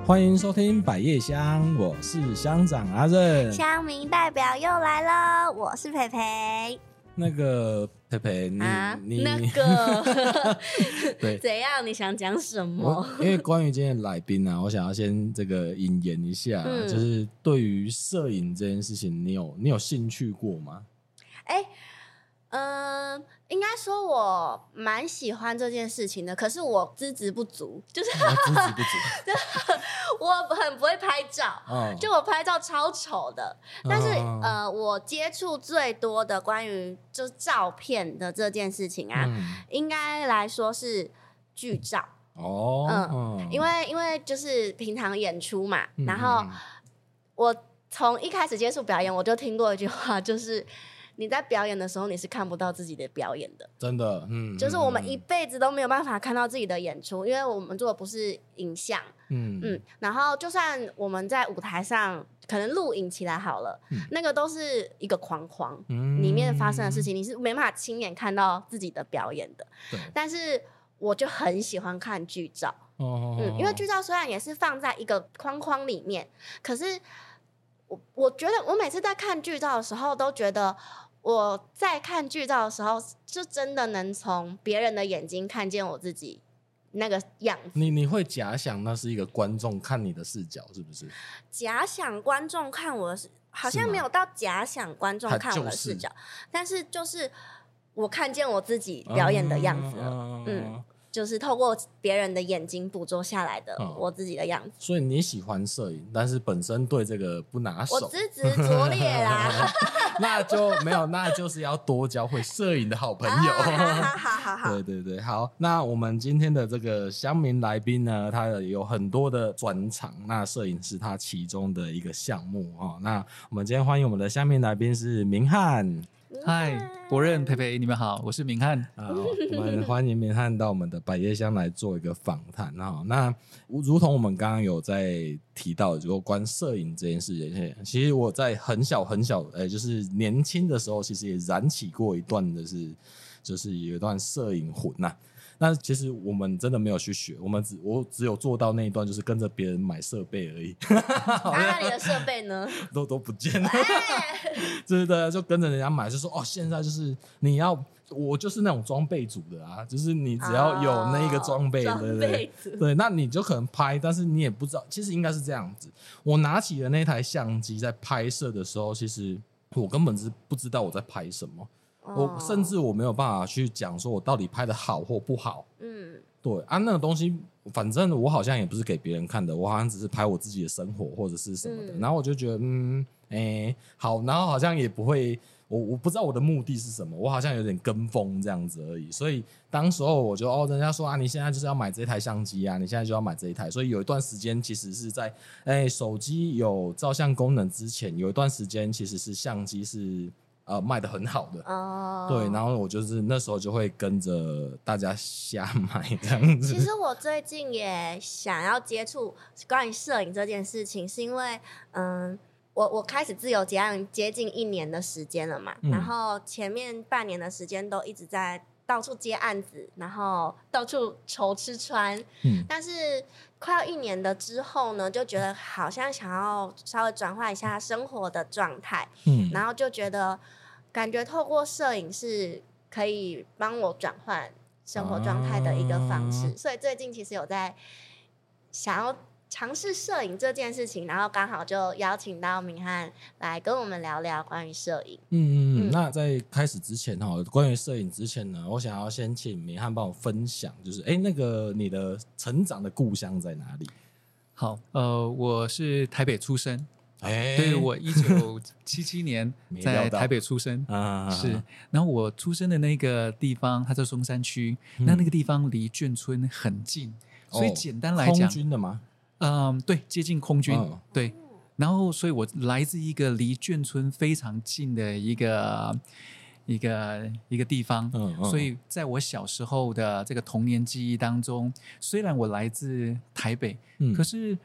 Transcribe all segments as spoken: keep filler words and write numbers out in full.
欢迎收听百叶香，我是乡长阿任。 乡民代表又来了，我是培培。 那个培培，你、 啊、 你那个对怎样？你想讲什么？ 因为关于今天的来宾啊，我想要先这个引言一下、啊嗯，就是对于摄影这件事情，你有你有兴趣过吗？ 哎、欸，嗯、呃，应该说我蛮喜欢这件事情的，可是我资质不足，就是资质不足， 我很不会拍照，哦、就我拍照超丑的。但是、哦、呃，我接触最多的关于就照片的这件事情啊，嗯、应该来说是剧照。 哦， 嗯，因为因为就是平常演出嘛，嗯、然后我从一开始接触表演，我就听过一句话，就是你在表演的时候，你是看不到自己的表演的， 真的，嗯， 就是我们一辈子都没有办法看到自己的演出，因为我们做的不是影像，嗯嗯，然后就算我们在舞台上可能录影起来好了，嗯、那个都是一个框框，嗯、里面发生的事情，你是没办法亲眼看到自己的表演的。对，但是我就很喜欢看剧照，哦、嗯，因为剧照虽然也是放在一个框框里面，可是我我觉得我每次在看剧照的时候，都觉得我在看剧照的时候，就真的能从别人的眼睛看见我自己那个样子。 你你会假想那是一个观众看你的视角，是不是？ 假想观众看我的视，好像没有到假想观众看我的视角，是但是就是我看见我自己表演的样子了，嗯。嗯就是透过别人的眼睛捕捉下来的我自己的样子、嗯、 所以你喜欢摄影，但是本身对这个不拿手， 我资质拙劣啦那就没有，那就是要多交会摄影的好朋友、 啊、好好好好对对对，好，那我们今天的这个乡民来宾呢，他有很多的专长，那摄影是他其中的一个项目、哦、那我们今天欢迎我们的乡民来宾是明翰。 嗨，博任、培培，你们好，我是明翰。 好，我们欢迎明翰到我们的百叶香来做一个访谈。那如同我们刚刚有在提到有关摄影这件事情，其实我在很小很小，呃，就是年轻的时候，其实也燃起过一段的是，就是有一段摄影魂呐、啊。那其实我们真的没有去学，我们只我只有做到那一段，就是跟着别人买设备而已。 那你的设备呢？ 都都不见了。对对，就跟着人家买，就说哦，现在就是你要，我就是那种装备组的啊，就是你只要有那个装备， 哦、 对对对，那你就可能拍，但是你也不知道，其实应该是这样子。我拿起了那台相机，在拍摄的时候，其实我根本是不知道我在拍什么。我甚至我没有办法去讲说我到底拍的好或不好，嗯，对啊，那个东西反正我好像也不是给别人看的，我好像只是拍我自己的生活或者是什么的，嗯、然后我就觉得嗯，哎、欸，好，然后好像也不会，我我不知道我的目的是什么，我好像有点跟风这样子而已，所以当时候我就哦，人家说啊，你现在就是要买这台相机啊，你现在就要买这一台，所以有一段时间其实是在哎、欸、手机有照相功能之前，有一段时间其实是相机是。呃，卖的很好的，哦，对，然后我就是那时候就会跟着大家瞎买这样子。 其实我最近也想要接触关于摄影这件事情，是因为，嗯，我我开始自由接案接近一年的时间了嘛，嗯、然后前面半年的时间都一直在到处接案子，然后到处愁吃穿，嗯，但是快要一年的之后呢，就觉得好像想要稍微转换一下生活的状态，嗯，然后就觉得感觉透过摄影是可以帮我转换生活状态的一个方式，啊、所以最近其实有在想要尝试摄影这件事情，然后刚好就邀请到明翰来跟我们聊聊关于摄影。 嗯嗯，那在开始之前哈，关于摄影之前呢，我想要先请明翰帮我分享，就是哎，那个你的成长的故乡在哪里？ 好，呃，我是台北出生，哎，对，我一九七七年在台北出生啊，是，然后我出生的那个地方，它在松山区，嗯、那那个地方离眷村很近，所以简单来讲， 空军的吗？ 嗯，对，接近空军，哦、对，然后所以我来自一个离眷村非常近的一个一个一个地方，嗯嗯、所以在我小时候的这个童年记忆当中，虽然我来自台北，嗯、可是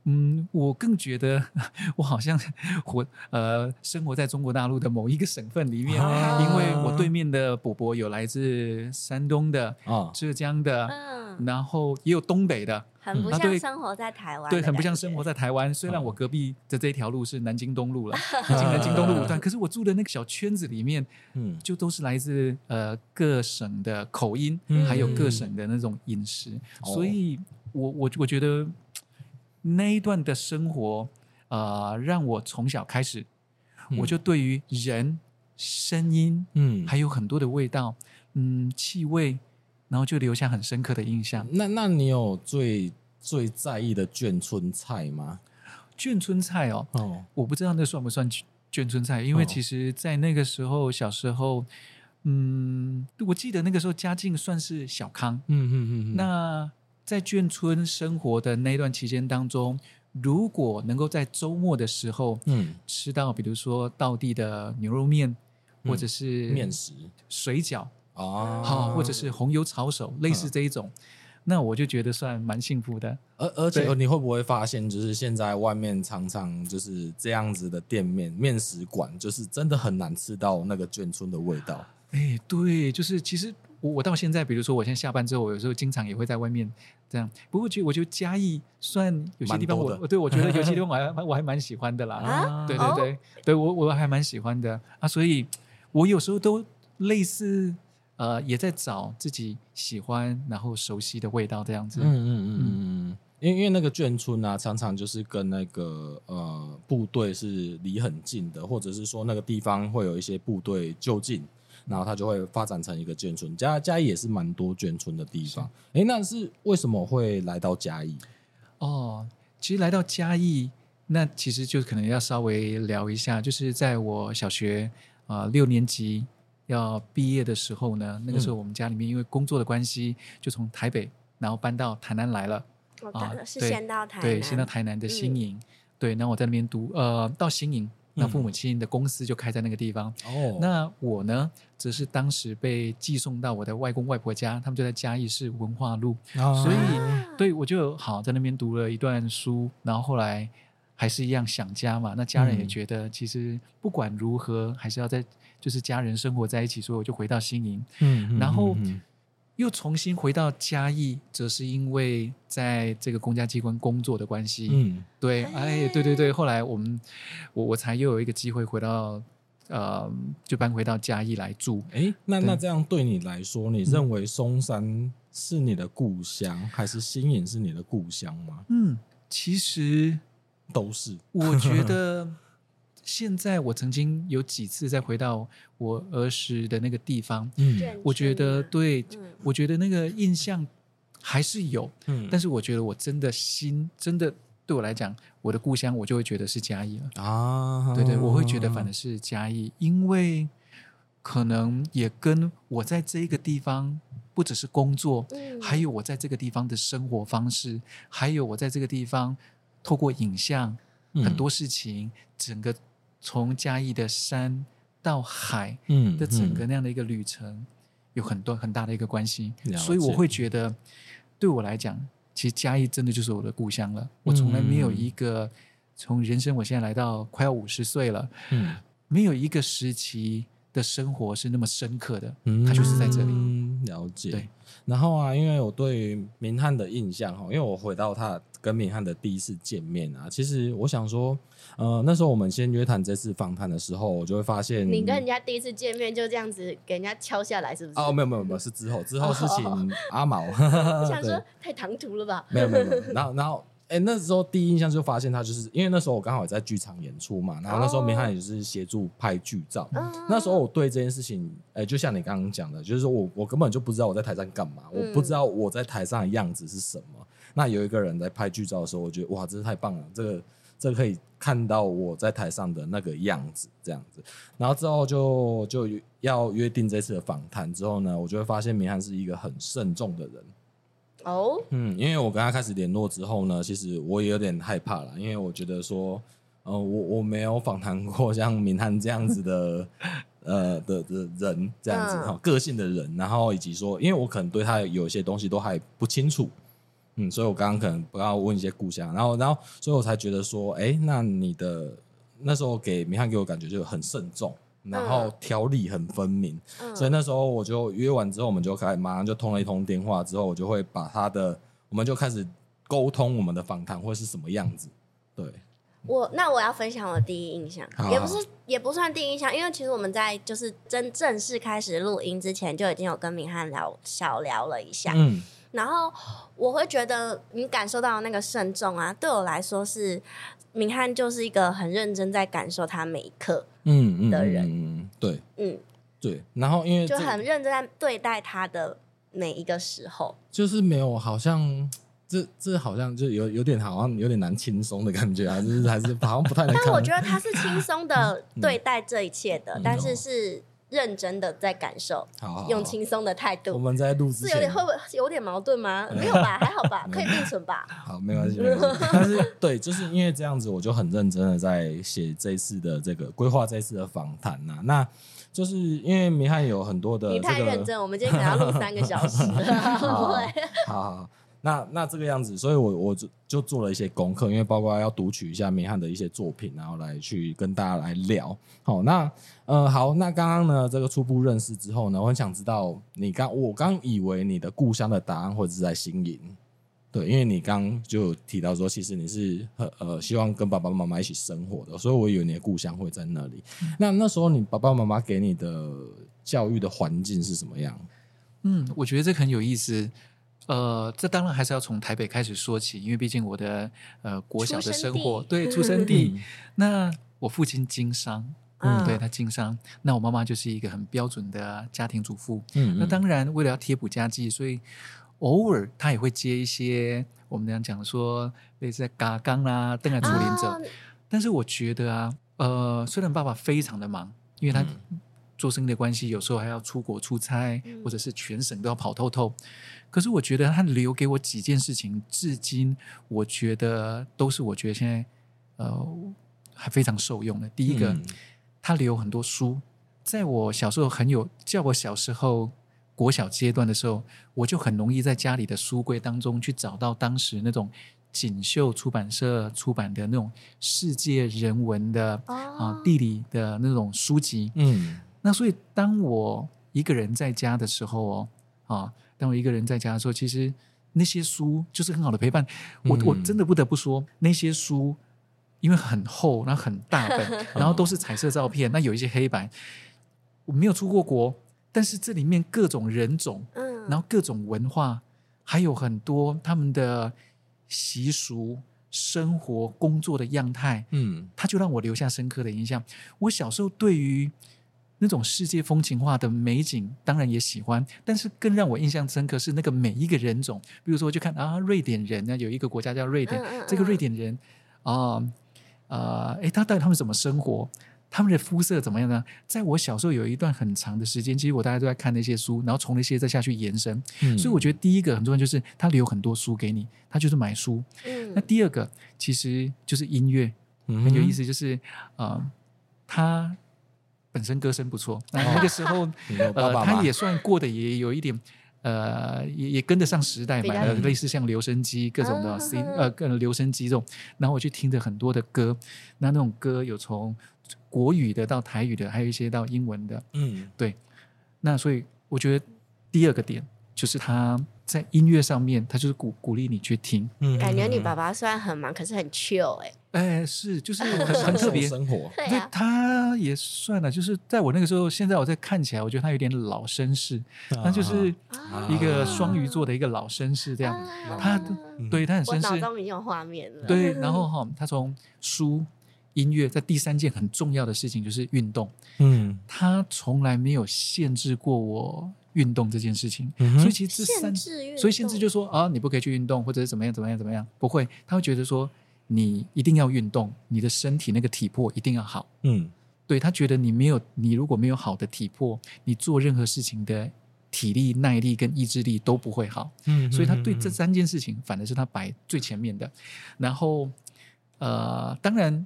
嗯，我更觉得我好像活呃生活在中国大陆的某一个省份里面，啊、因为我对面的伯伯有来自山东的、啊、浙江的、嗯，然后也有东北的， 很不像生活在台湾、嗯， 对，很不像生活在台湾。虽然我隔壁的这一条路是南京东路了，已经南京东路五段，可是我住的那个小圈子里面，嗯，就都是来自呃各省的口音，嗯、还有各省的那种饮食，嗯、所以我我我觉得。那一段的生活，呃，让我从小开始，嗯、我就对于人、声音，嗯，还有很多的味道，嗯，气味，然后就留下很深刻的印象。 那那你有最最在意的眷村菜吗？ 眷村菜哦，哦，我不知道那算不算眷村菜，因为其实，在那个时候，小时候，嗯，我记得那个时候家境算是小康，嗯嗯嗯，那。在眷村生活的那段期间当中，如果能够在周末的时候，嗯，吃到比如说道地的牛肉面，嗯、或者是面食、 水饺哦，好，或者是红油抄手，类似这一种，嗯、那我就觉得算蛮幸福的。 而而且你会不会发现，就是现在外面常常就是这样子的店面、面食馆，就是真的很难吃到那个眷村的味道。 哎，对，就是其实。我, 我到现在，比如说我现在下班之后，我有时候经常也会在外面这样。不过我觉得，我觉得嘉义算有些地方我，我对我觉得有些地方我还我还蛮喜欢的啦。啊、对对对，哦、对我我还蛮喜欢的啊，所以我有时候都类似呃，也在找自己喜欢然后熟悉的味道这样子。嗯嗯嗯嗯，因为因为那个眷村啊，常常就是跟那个呃部队是离很近的，或者是说那个地方会有一些部队就近。然后它就会发展成一个眷村，嘉嘉义也是蛮多眷村的地方。哎，那是为什么会来到嘉义？ 哦，其实来到嘉义，那其实就可能要稍微聊一下，就是在我小学啊、呃、六年级要毕业的时候呢，那个时候我们家里面因为工作的关系，就从台北然后搬到台南来了。 哦，呃、是先到台南， 对，先到台南的新营，嗯、对，然后我在那边读，呃，到新营。那父母亲的公司就开在那个地方。哦，那我呢，则是当时被寄送到我的外公外婆家，他们就在嘉义市文化路，哦、所以对我就好在那边读了一段书，然后后来还是一样想家嘛。那家人也觉得，其实不管如何，还是要在就是家人生活在一起，所以我就回到新营。嗯，然后。嗯嗯又重新回到嘉义，则是因为在这个公家机关工作的关系。嗯，对，哎，对对对，后来我们我我才又有一个机会回到，呃，就搬回到嘉义来住。 哎，那那这样对你来说，你认为松山是你的故乡，嗯、还是新营是你的故乡吗？ 嗯，其实都是。 我觉得。现在我曾经有几次再回到我儿时的那个地方，嗯，我觉得对，嗯、我觉得那个印象还是有，嗯，但是我觉得我真的心真的对我来讲，我的故乡我就会觉得是嘉义了啊，对对，我会觉得反而是嘉义，因为可能也跟我在这个地方不只是工作，嗯、还有我在这个地方的生活方式，还有我在这个地方透过影像、嗯、很多事情，整个。从嘉义的山到海的整个那样的一个旅程，嗯嗯、有很多很大的一个关系，所以我会觉得，对我来讲，其实嘉义真的就是我的故乡了。我从来没有一个从人生，我现在来到快要五十岁了，嗯，没有一个时期的生活是那么深刻的，嗯、它就是在这里。 嗯、了解。对，然后啊，因为我对明翰的印象哈，因为我回到他跟明翰的第一次见面啊，其实我想说。呃，那时候我们先约谈这次访谈的时候，我就会发现你跟人家第一次见面就这样子给人家敲下来，是不是？ 哦，没有没有没有，是之后之后是请阿毛。 我想说太唐突了吧？ 没有没有没有，然后然后哎，那时候第一印象就发现他就是因为那时候我刚好也在剧场演出嘛，然后那时候明翰也是协助拍剧照。哦、那时候我对这件事情，哎，就像你刚刚讲的，就是说我我根本就不知道我在台上干嘛，嗯、我不知道我在台上的样子是什么。那有一个人在拍剧照的时候，我觉得哇，真是太棒了，这个。这可以看到我在台上的那个样子，这样子，然后之后就就要约定这次的访谈之后呢，我就会发现明翰是一个很慎重的人。哦，嗯，因为我跟他开始联络之后呢，其实我也有点害怕了，因为我觉得说，呃，我我没有访谈过像明翰这样子的，呃的的人，这样子哈、嗯、个性的人，然后以及说，因为我可能对他有些东西都还不清楚。 嗯，所以我刚刚可能不要问一些故乡，然后然后所以我才觉得说，哎，那你的那时候给明翰给我感觉就很慎重，然后条理很分明，嗯、所以那时候我就约完之后，我们就开始马上就通了一通电话，之后我就会把他的，我们就开始沟通我们的访谈会是什么样子。对， 我那我要分享我的第一印象， 好好也不是也不算第一印象，因为其实我们在就是真正式开始录音之前，就已经有跟明翰聊小聊了一下，嗯。然后我会觉得你感受到那个慎重啊，对我来说是明翰就是一个很认真在感受他每一刻的人，嗯嗯嗯、对，嗯对，然后因为就很认真在对待他的每一个时候， 就是没有好像这这好像就有有点好像有点难轻松的感觉啊，就是还是好像不太能看。 但我觉得他是轻松的对待这一切的，嗯、但是是。认真的在感受， 好好好用轻松的态度。 我们在录之前是有点会不会有点矛盾吗？没有吧，还好吧，可以并存吧。 好，没关系，没关系。但是对，就是因为这样子，我就很认真的在写这一次的这个规划这一次的访谈呐。那就是因为明翰有很多的、这个， 你太认真，我们今天可能要录三个小时。 好，好好。那那这个样子，所以我我就就做了一些功课，因为包括要读取一下明翰的一些作品，然后来去跟大家来聊。好，那呃好，那刚刚呢这个初步认识之后呢，我很想知道你刚我刚以为你的故乡的答案会是在新营，对，因为你刚就有提到说，其实你是呃希望跟爸爸妈妈一起生活的，所以我以为你的故乡会在那里。嗯、那那时候你爸爸妈妈给你的教育的环境是什么样？ 嗯，我觉得这很有意思。呃，这当然还是要从台北开始说起，因为毕竟我的呃国小的生活，对，出生地。嗯、那我父亲经商，嗯，对他经商，那我妈妈就是一个很标准的家庭主妇。嗯，那当然为了要贴补家计，所以偶尔他也会接一些我们这样讲说类似在嘎缸啦、登来处理者。哦、但是我觉得啊，呃，虽然爸爸非常的忙，因为他做生意的关系，有时候还要出国出差，嗯、或者是全省都要跑透透。可是我觉得他留给我几件事情，至今我觉得都是我觉得现在呃还非常受用的。第一个，嗯、他留很多书，在我小时候很有，叫我小时候国小阶段的时候，我就很容易在家里的书柜当中去找到当时那种锦绣出版社出版的那种世界人文的啊、哦呃、地理的那种书籍。嗯，那所以当我一个人在家的时候哦啊。当我一个人在家的时候，其实那些书就是很好的陪伴。我、嗯、我真的不得不说，那些书因为很厚，然后很大本，然后都是彩色照片，那有一些黑白。我没有出过国，但是这里面各种人种，嗯，然后各种文化，还有很多他们的习俗、生活、工作的样态，嗯，它就让我留下深刻的印象。我小时候对于那种世界风情画的美景当然也喜欢，但是更让我印象深刻是那个每一个人种。比如说我就看啊，瑞典人呢，有一个国家叫瑞典，嗯嗯嗯这个瑞典人啊呃诶他到底他们怎么生活，他们的肤色怎么样呢？在我小时候有一段很长的时间，其实我大家都在看那些书，然后从那些再下去延伸、嗯、所以我觉得第一个很重要就是他留很多书给你，他就是买书、嗯、那第二个其实就是音乐、嗯、很有意思，就是呃他本身歌声不错，那那个时候、哦、呃，他也算过得也有一点，呃，也也跟得上时代嘛，呃，类似像留声机各种的 C、嗯、呃，各种留声机这种，然后我去听着很多的歌，那那种歌有从国语的到台语的，还有一些到英文的，嗯，对，那所以我觉得第二个点就是他在音乐上面，他就是鼓鼓励你去听。 嗯，感觉你爸爸虽然很忙，可是很 chill 哎、欸。 哎，是，就是很很特别生活。 对啊， 他也算了，就是在我那个时候，现在我在看起来，我觉得他有点老绅士，他、啊、就是一个双鱼座的一个老绅士这样。啊、他、嗯、对他很绅士， 我脑中已经有画面了。 对，然后哈、哦，他从书、音乐，在第三件很重要的事情就是运动。嗯，他从来没有限制过我运动这件事情，嗯、所以其实这三，所以限制就说啊，你不可以去运动，或者是怎么样怎么样怎么样，不会，他会觉得说你一定要运动，你的身体那个体魄一定要好。嗯，对，他觉得你没有，你如果没有好的体魄，你做任何事情的体力、耐力跟意志力都不会好。嗯，所以他对这三件事情，反而是他摆最前面的。然后，呃，当然。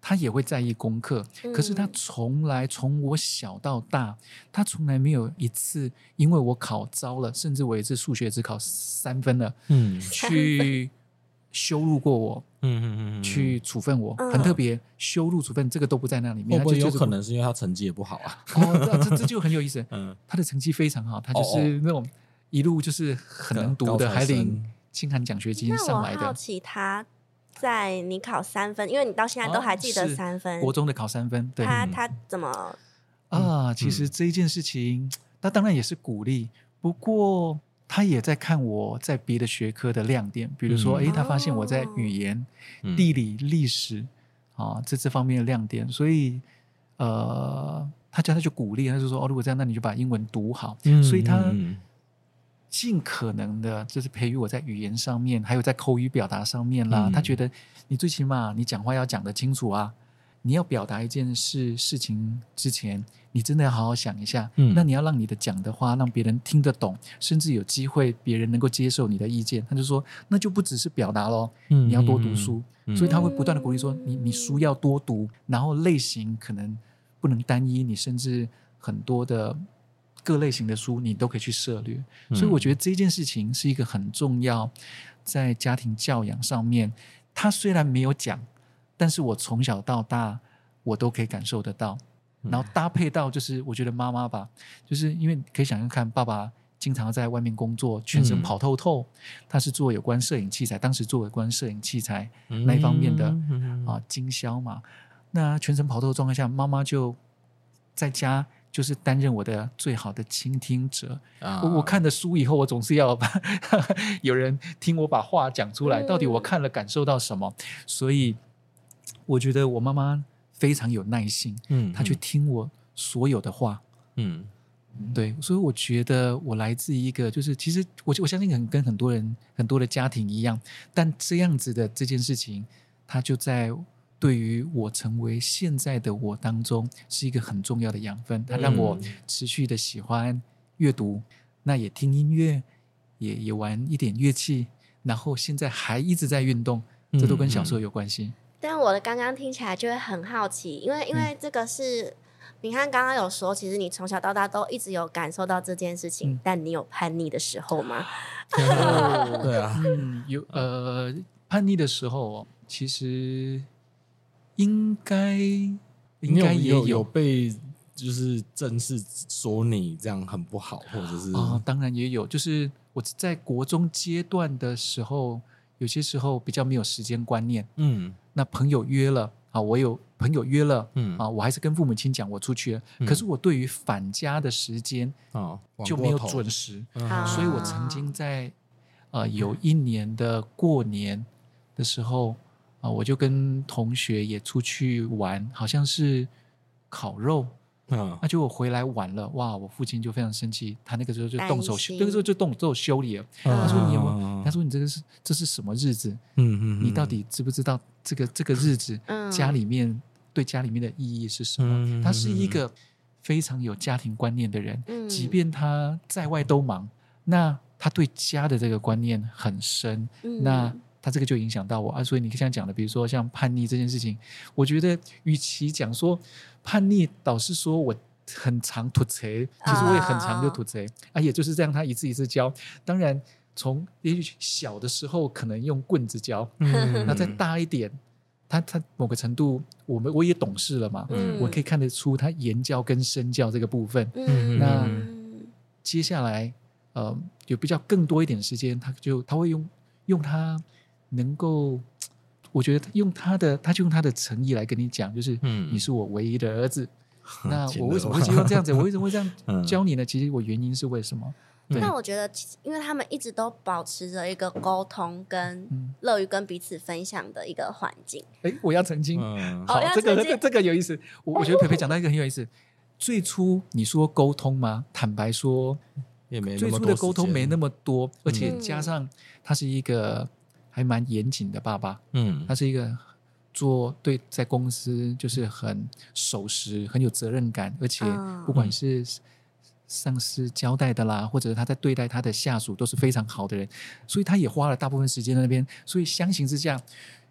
他也会在意功课， 嗯、 可是他从来从我小到大，他从来没有一次因为我考糟了，甚至我有一次数学只考三分了，嗯，去羞辱过我，嗯嗯嗯，去处分我，嗯、很特别，羞辱处分这个都不在那里面。 会不会有可能是因为他成绩也不好啊？ 哦，这这就很有意思。嗯，他的成绩非常好，他就是那种一路就是很能读的，还领清寒奖学金上来的。 那我好奇他在你考三分，因为你到现在都还记得三分， 哦、国中的考三分，对， 他他怎么啊？其实这一件事情，他当然也是鼓励，不过。他也在看我在别的学科的亮点，比如说，哎、嗯，他发现我在语言、嗯、地理、历史啊这这方面的亮点，所以呃，他叫他就鼓励，他就说，哦，如果这样，那你就把英文读好。嗯、所以他尽可能的，就是培育我在语言上面，还有在口语表达上面啦。嗯、他觉得你最起码你讲话要讲得清楚啊。你要表达一件事事情之前，你真的要好好想一下。嗯，那你要让你的讲的话让别人听得懂，甚至有机会别人能够接受你的意见。他就说，那就不只是表达咯，嗯、你要多读书。嗯、所以他会不断的鼓励说，你你书要多读，然后类型可能不能单一，你甚至很多的各类型的书你都可以去涉猎。嗯、所以我觉得这件事情是一个很重要，在家庭教养上面，他虽然没有讲。但是我从小到大我都可以感受得到，然后搭配到就是我觉得妈妈吧，就是因为可以想想看，爸爸经常在外面工作，全身跑透透，嗯、他是做有关摄影器材，当时做有关摄影器材那一方面的、嗯、啊经销嘛，那全身跑透的状态下，妈妈就在家就是担任我的最好的倾听者。啊、我, 我看了书以后，我总是要把有人听我把话讲出来，到底我看了感受到什么，所以我觉得我妈妈非常有耐心，嗯，她去听我所有的话，嗯，对，所以我觉得我来自一个，就是其实我我相信很跟很多人很多的家庭一样，但这样子的这件事情，它就在对于我成为现在的我当中是一个很重要的养分，它让我持续的喜欢阅读，那也听音乐，也也玩一点乐器，然后现在还一直在运动，这都跟小时候有关系。 但我的刚刚听起来就会很好奇，因为因为这个是你看刚刚有说，其实你从小到大都一直有感受到这件事情，嗯、但你有叛逆的时候吗？ 哦、对啊， 嗯，有呃叛逆的时候，其实应该应该也有, 有, 有被就是正式说你这样很不好，或者是啊、哦，当然也有，就是我在国中阶段的时候。有些时候比较没有时间观念，嗯，那朋友约了啊，我有朋友约了，嗯啊，我还是跟父母亲讲我出去了，嗯、可是我对于返家的时间啊就没有准时，嗯、所以我曾经在呃有一年的过年的时候啊，我就跟同学也出去玩，好像是烤肉。嗯，那就我回来晚了，哇！我父亲就非常生气，他那个时候就动手，那个时候就动手修理了。嗯、他说：“你有没有？”他说：“你这个是这是什么日子？嗯嗯，你到底知不知道这个这个日子、嗯、家里面对家里面的意义是什么？”嗯、他是一个非常有家庭观念的人，嗯、即便他在外都忙，那他对家的这个观念很深。嗯、那他这个就影响到我啊，所以你像讲的，比如说像叛逆这件事情，我觉得与其讲说叛逆，导师说我很常吐槽，其实我也很常就吐槽、oh. 啊，也就是这样，他一次一次教。当然，从也许小的时候可能用棍子教，嗯、那再大一点，他他某个程度，我们我也懂事了嘛，嗯、我可以看得出他言教跟身教这个部分。嗯、那接下来，呃，有比较更多一点时间，他就他会用用他。能够，我觉得用他的，他就用他的诚意来跟你讲，就是你是我唯一的儿子。嗯、那我为什么会希望这样子？我为什么会这样教你呢？其实我原因是为什么？ 那我觉得，因为他们一直都保持着一个沟通跟乐于跟彼此分享的一个环境。 哎、嗯，我要澄清，嗯、好，这个这个这个有意思。我我觉得培培讲到一个很有意思。最初你说沟通吗？坦白说， 也没最初的沟通没那么多，而且加上他是一个。还蛮严谨的爸爸，嗯，他是一个做对在公司就是很守时、很有责任感，而且不管是上司交代的啦，或者他在对待他的下属都是非常好的人，所以他也花了大部分时间在那边。所以相形之下，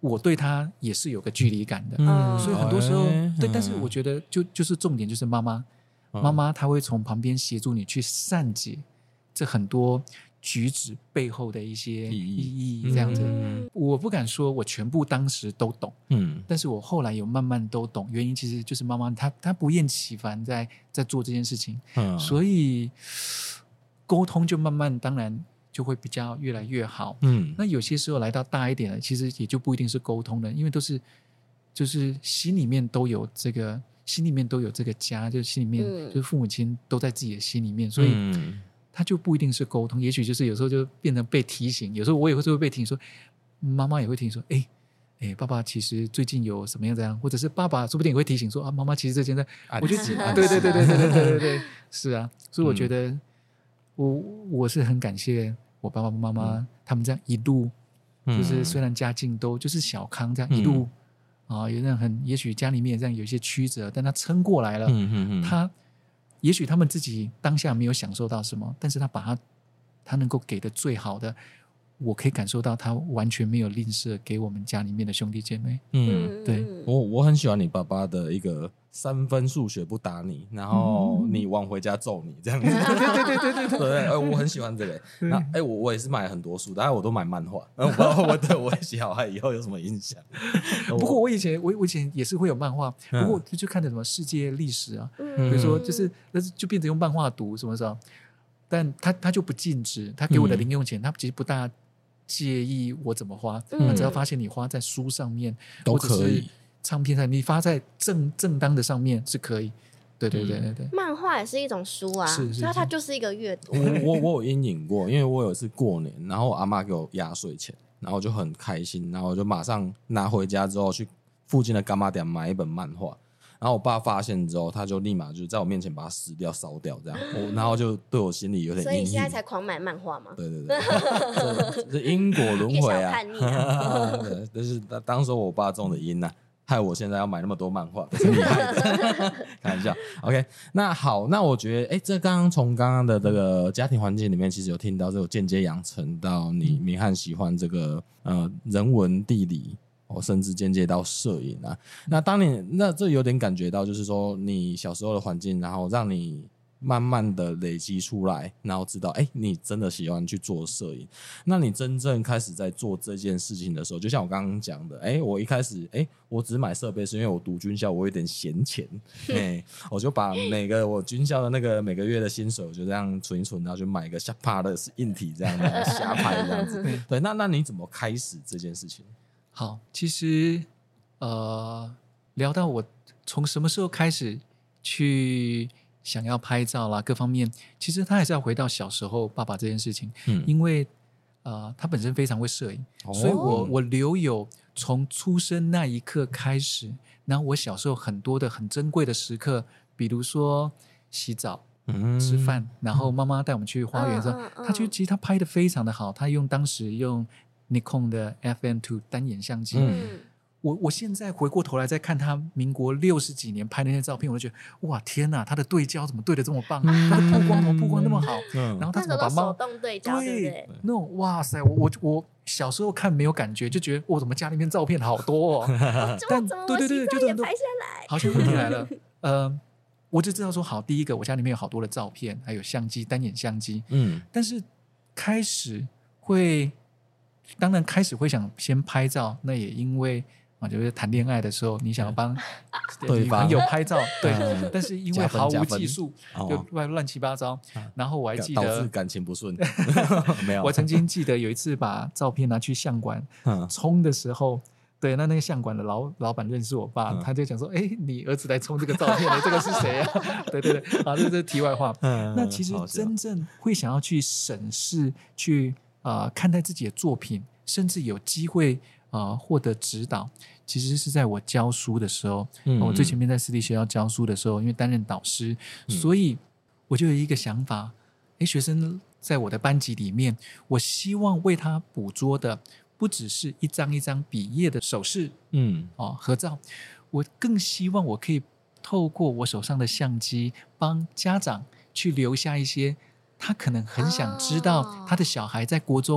我对他也是有个距离感的， 嗯所以很多时候、 哎对，但是我觉得就就是重点就是妈妈， 嗯妈妈她会从旁边协助你去善解这很多举止背后的一些意义意义，这样子。 嗯我不敢说我全部当时都懂， 嗯但是我后来有慢慢都懂，原因其实就是妈妈她她不厌其烦在在做这件事情， 嗯， 所以沟通就慢慢当然就会比较越来越好。 嗯那有些时候来到大一点了，其实也就不一定是沟通了，因为都是就是心里面都有这个，心里面都有这个家，就是心里面、 嗯就是父母亲都在自己的心里面，所以嗯他就不一定是沟通，也许就是有时候就变成被提醒，有时候我也会就会被提醒说，妈妈也会提醒说，哎。哎，爸爸其实最近有什么样这样，或者是爸爸说不定也会提醒说啊，妈妈其实这现在，我觉得对对对对对对对对对，是啊，所以我觉得、嗯、我我是很感谢我爸爸妈妈、嗯、他们这样一路，就是虽然家境都就是小康这样一路、嗯、啊，有那很也许家里面这样有一些曲折，但他撑过来了， 嗯嗯嗯， 他也许他们自己当下没有享受到什么，但是他把他他能够给的最好的。我可以感受到他完全没有吝啬给我们家里面的兄弟姐妹。 嗯， 对， 我我很喜欢你爸爸的一个三分数学不打你，然后你晚回家揍你这样子。对对对对对对，哎，我很喜欢这个。那哎，我我也是买很多书，当然我都买漫画。我不知道我对我小孩以后有什么影响。 不过我以前我我以前也是会有漫画，不过就看的什么世界历史啊，比如说就是那就变成用漫画读什么时候，但他他就不禁止，他给我的零用钱，他其实不大。介意我怎么花，嗯、只要发现你花在书上面都可以， 唱片上你发在正正当的上面是可以。对对对对对， 漫画也是一种书啊， 是是是， 所以它就是一个阅读。 我我我有阴影过，因为我有一次过年，然后我阿嬷给我压岁钱，然后就很开心，然后我就马上拿回家之后去附近的干妈店买一本漫画。然后我爸发现之后，他就立马就在我面前把它撕掉、烧掉，这样，我然后就对我心里有点阴影。 所以你现在才狂买漫画吗？ 对对对，这是因果轮回啊！ 啊对，但是当时我爸种的因啊，害我现在要买那么多漫画，是厉害的。开玩笑。OK， 那好，那我觉得，哎，这刚刚从刚刚的这个家庭环境里面，其实有听到这个间接养成到你明翰喜欢这个呃人文地理。哦，甚至间接到摄影啊。那当你那这有点感觉到，就是说你小时候的环境，然后让你慢慢的累积出来，然后知道，哎，你真的喜欢去做摄影。那你真正开始在做这件事情的时候，就像我刚刚讲的，哎，我一开始，哎，我只买设备是因为我读军校，我有点闲钱，哎，我就把每个我军校的那个每个月的薪水，我就这样存一存，然后就买一个瞎趴的硬体这样的瞎拍这样子。对，那那你怎么开始这件事情？ 好，其实呃，聊到我从什么时候开始去想要拍照啦，各方面，其实他还是要回到小时候爸爸这件事情，嗯，因为呃，他本身非常会摄影，哦、所以我我留有从出生那一刻开始，然后我小时候很多的很珍贵的时刻，比如说洗澡。嗯、吃饭，然后妈妈带我们去花园的时候，嗯嗯嗯、他就其实他拍的非常的好，他用当时用。Nikon 的 F M 二 单眼相机，嗯、我我现在回过头来再看他民国六十几年拍的那些照片，我就觉得哇天哪，他的对焦怎么对得这么棒？嗯、他的曝光怎么曝光那么好？嗯、然后他怎么把猫手动对焦，对不对？ 那种哇塞，我我我小时候看没有感觉，就觉得我怎么家里面照片好多哦。 但对对对，就怎么拍下来？ 好，现在问题来了，呃，我就知道说好，第一个我家里面有好多的照片，还有相机，单眼相机，嗯，但是开始会。当然开始会想先拍照，那也因为啊，就是谈恋爱的时候，你想要帮女朋友拍照，对，嗯、但是因为毫无技术，就乱七八糟。哦、然后我还记得导致感情不顺，没有。 我曾经记得有一次把照片拿去相馆冲的时候，对，那那个相馆的老老板认识我爸，嗯、他就讲说：“哎，你儿子来冲这个照片的，这个是谁啊？”对对对，啊，这是题外话。嗯、那其实真正会想要去审视去。呃，看待自己的作品，甚至有机会呃获得指导，其实是在我教书的时候。嗯嗯我最前面在私立学校教书的时候，因为担任导师，嗯、所以我就有一个想法：哎，学生在我的班级里面，我希望为他捕捉的不只是一张一张笔页的手势，嗯，哦，合照，我更希望我可以透过我手上的相机，帮家长去留下一些。他可能很想知道他的小孩在国中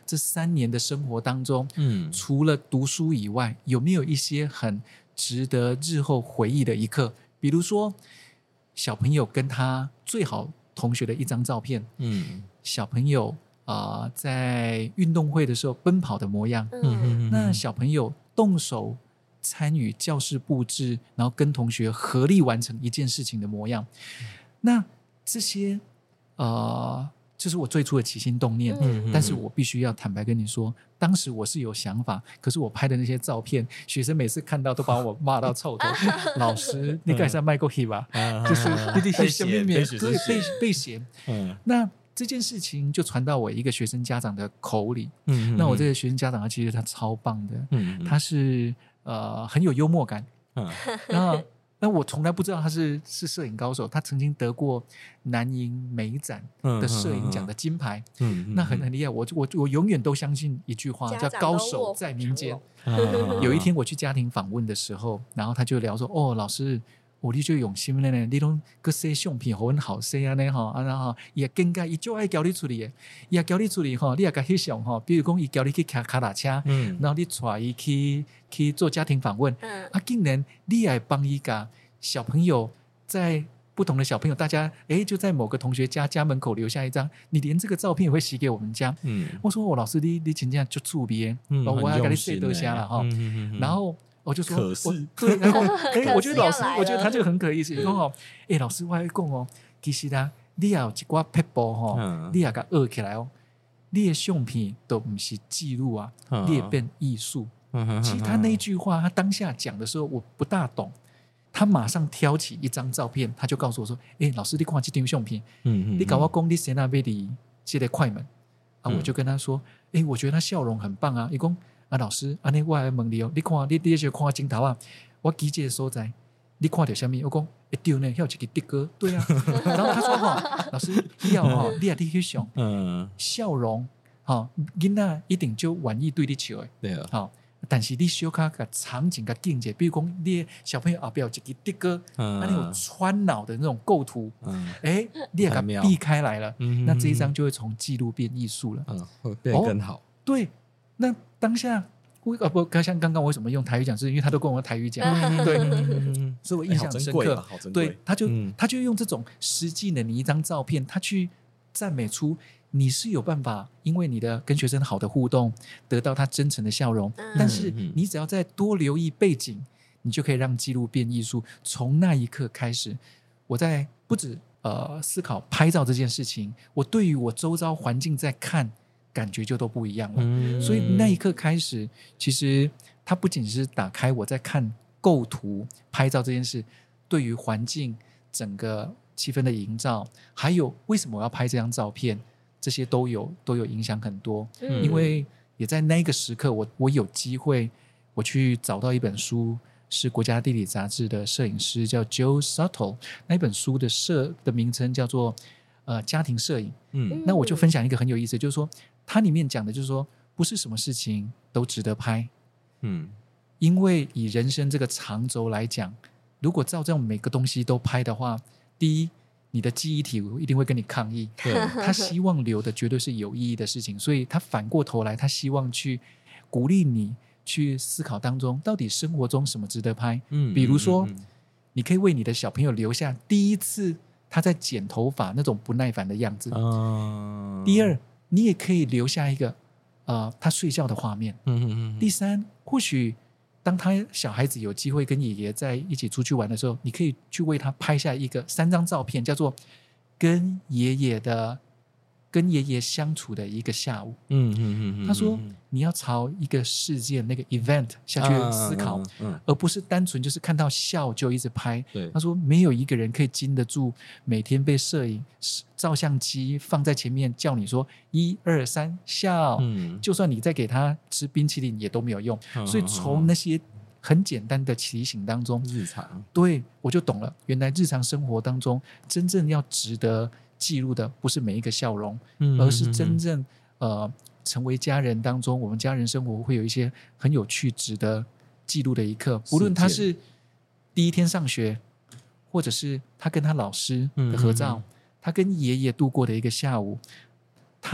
这三年的生活当中， 嗯， 除了读书以外，有没有一些很值得日后回忆的一刻？比如说小朋友跟他最好同学的一张照片， 嗯， 小朋友啊、呃、在运动会的时候奔跑的模样， 嗯， 那小朋友动手参与教室布置，然后跟同学合力完成一件事情的模样，那这些呃，就是我最初的起心动念。 嗯但是我必须要坦白跟你说，当时我是有想法，可是我拍的那些照片，学生每次看到都把我骂到臭头。老师，你改善卖过去吧，就是你得写小面面，对，被被写。嗯，那这件事情就传到我一个学生家长的口里。嗯，那我这个学生家长他其实他超棒的，嗯，他是呃很有幽默感。嗯，那。但我从来不知道他是是摄影高手，他曾经得过南银美展的摄影奖的金牌，嗯嗯嗯、那很很厉害。我我我永远都相信一句话，叫高手在民间。有一天我去家庭访问的时候，然后他就聊说：“哦，老师，我你就用心了呢，你拢个洗相片很好洗啊呢哈，啊然后也更加伊就爱教你处理的，伊也教你处理哈，你也甲翕相哈，比如讲伊教你去开卡达车，嗯，然后你带伊去。”去做家庭访问，嗯、啊，竟然你也帮一个小朋友，在不同的小朋友，大家哎就在某个同学家家门口留下一张，你连这个照片也会洗给我们家。嗯，我说我老师你你真正就注别，嗯，我要给你写多下了哈。嗯嗯嗯、然后我就说， 可是对，然后哎，我觉得老师，我觉得他就很可意思，说哦，哎，老师我还讲哦，其实啦，你也有一寡撇步哈，嗯、你也给学起来哦，你的相片都不是记录啊，嗯、你也变艺术。其实他那一句话，他当下讲的时候，我不大懂。他马上挑起一张照片，他就告诉我说：“哎、欸，老师，你看这张相片，嗯嗯，你搞我讲你谁那边的这个快门啊？”我就跟他说：“哎、欸，我觉得他笑容很棒啊。”伊讲啊，老师，安尼我来问你哦，你看你你就看镜头啊，我记这个所在，你看到什么？我讲一丢呢，还有一个的哥，对啊。然后他说：“哈、哦，老师，你要哈，你也得去想，嗯，笑容，哈，囡仔一定就愿意对你笑的， 对啊， 好。”但是你小卡个场景个境界，比如讲你小朋友后边有一个的哥，嗯，那种穿脑的那种构图，嗯，哎，你也给它避开来了，嗯，那这一张就会从记录变艺术了， 嗯，会变更好。 哦、对，那当下我啊不，像刚刚为什么用台语讲，是因为他都跟我台语讲，嗯、对，嗯、所以我印象深刻。 好珍贵， 对，他就、嗯、他就用这种实际的你一张照片，他去赞美出。你是有办法，因为你的跟学生好的互动，得到他真诚的笑容。嗯、但是你只要再多留意背景，你就可以让记录变艺术。从那一刻开始，我在不止呃思考拍照这件事情，我对于我周遭环境在看，感觉就都不一样了。嗯、所以那一刻开始，其实它不仅是打开我在看构图拍照这件事，对于环境整个气氛的营造，还有为什么我要拍这张照片。这些都有都有影响很多，嗯、因为也在那个时刻我，我我有机会，我去找到一本书，是国家地理杂志的摄影师叫 Joe Suttle， 那一本书的摄的名称叫做呃家庭摄影。嗯，那我就分享一个很有意思，就是说它里面讲的就是说，不是什么事情都值得拍，嗯，因为以人生这个长轴来讲，如果照这样每个东西都拍的话，第一。你的记忆体一定会跟你抗议，他希望留的绝对是有意义的事情，所以他反过头来，他希望去鼓励你去思考当中，到底生活中什么值得拍。嗯，比如说，嗯嗯、你可以为你的小朋友留下第一次他在剪头发那种不耐烦的样子。嗯、第二，你也可以留下一个呃他睡觉的画面。嗯嗯嗯、第三，或许。当他小孩子有机会跟爷爷在一起出去玩的时候，你可以去为他拍下一个三张照片，叫做跟爷爷的跟爷爷相处的一个下午。嗯嗯嗯，他说你要朝一个事件那个 event 下去思考，啊嗯嗯、而不是单纯就是看到笑就一直拍。对，他说没有一个人可以经得住每天被摄影照相机放在前面叫你说一二三笑，嗯、就算你再给他吃冰淇淋也都没有用。嗯、所以从那些很简单的提醒当中， 日常对我就懂了，原来日常生活当中真正要值得记录的不是每一个笑容，嗯、而是真正呃成为家人当中，我们家人生活会有一些很有趣值得记录的一刻，无论他是第一天上学，或者是他跟他老师的合照，嗯、他跟爷爷度过的一个下午，他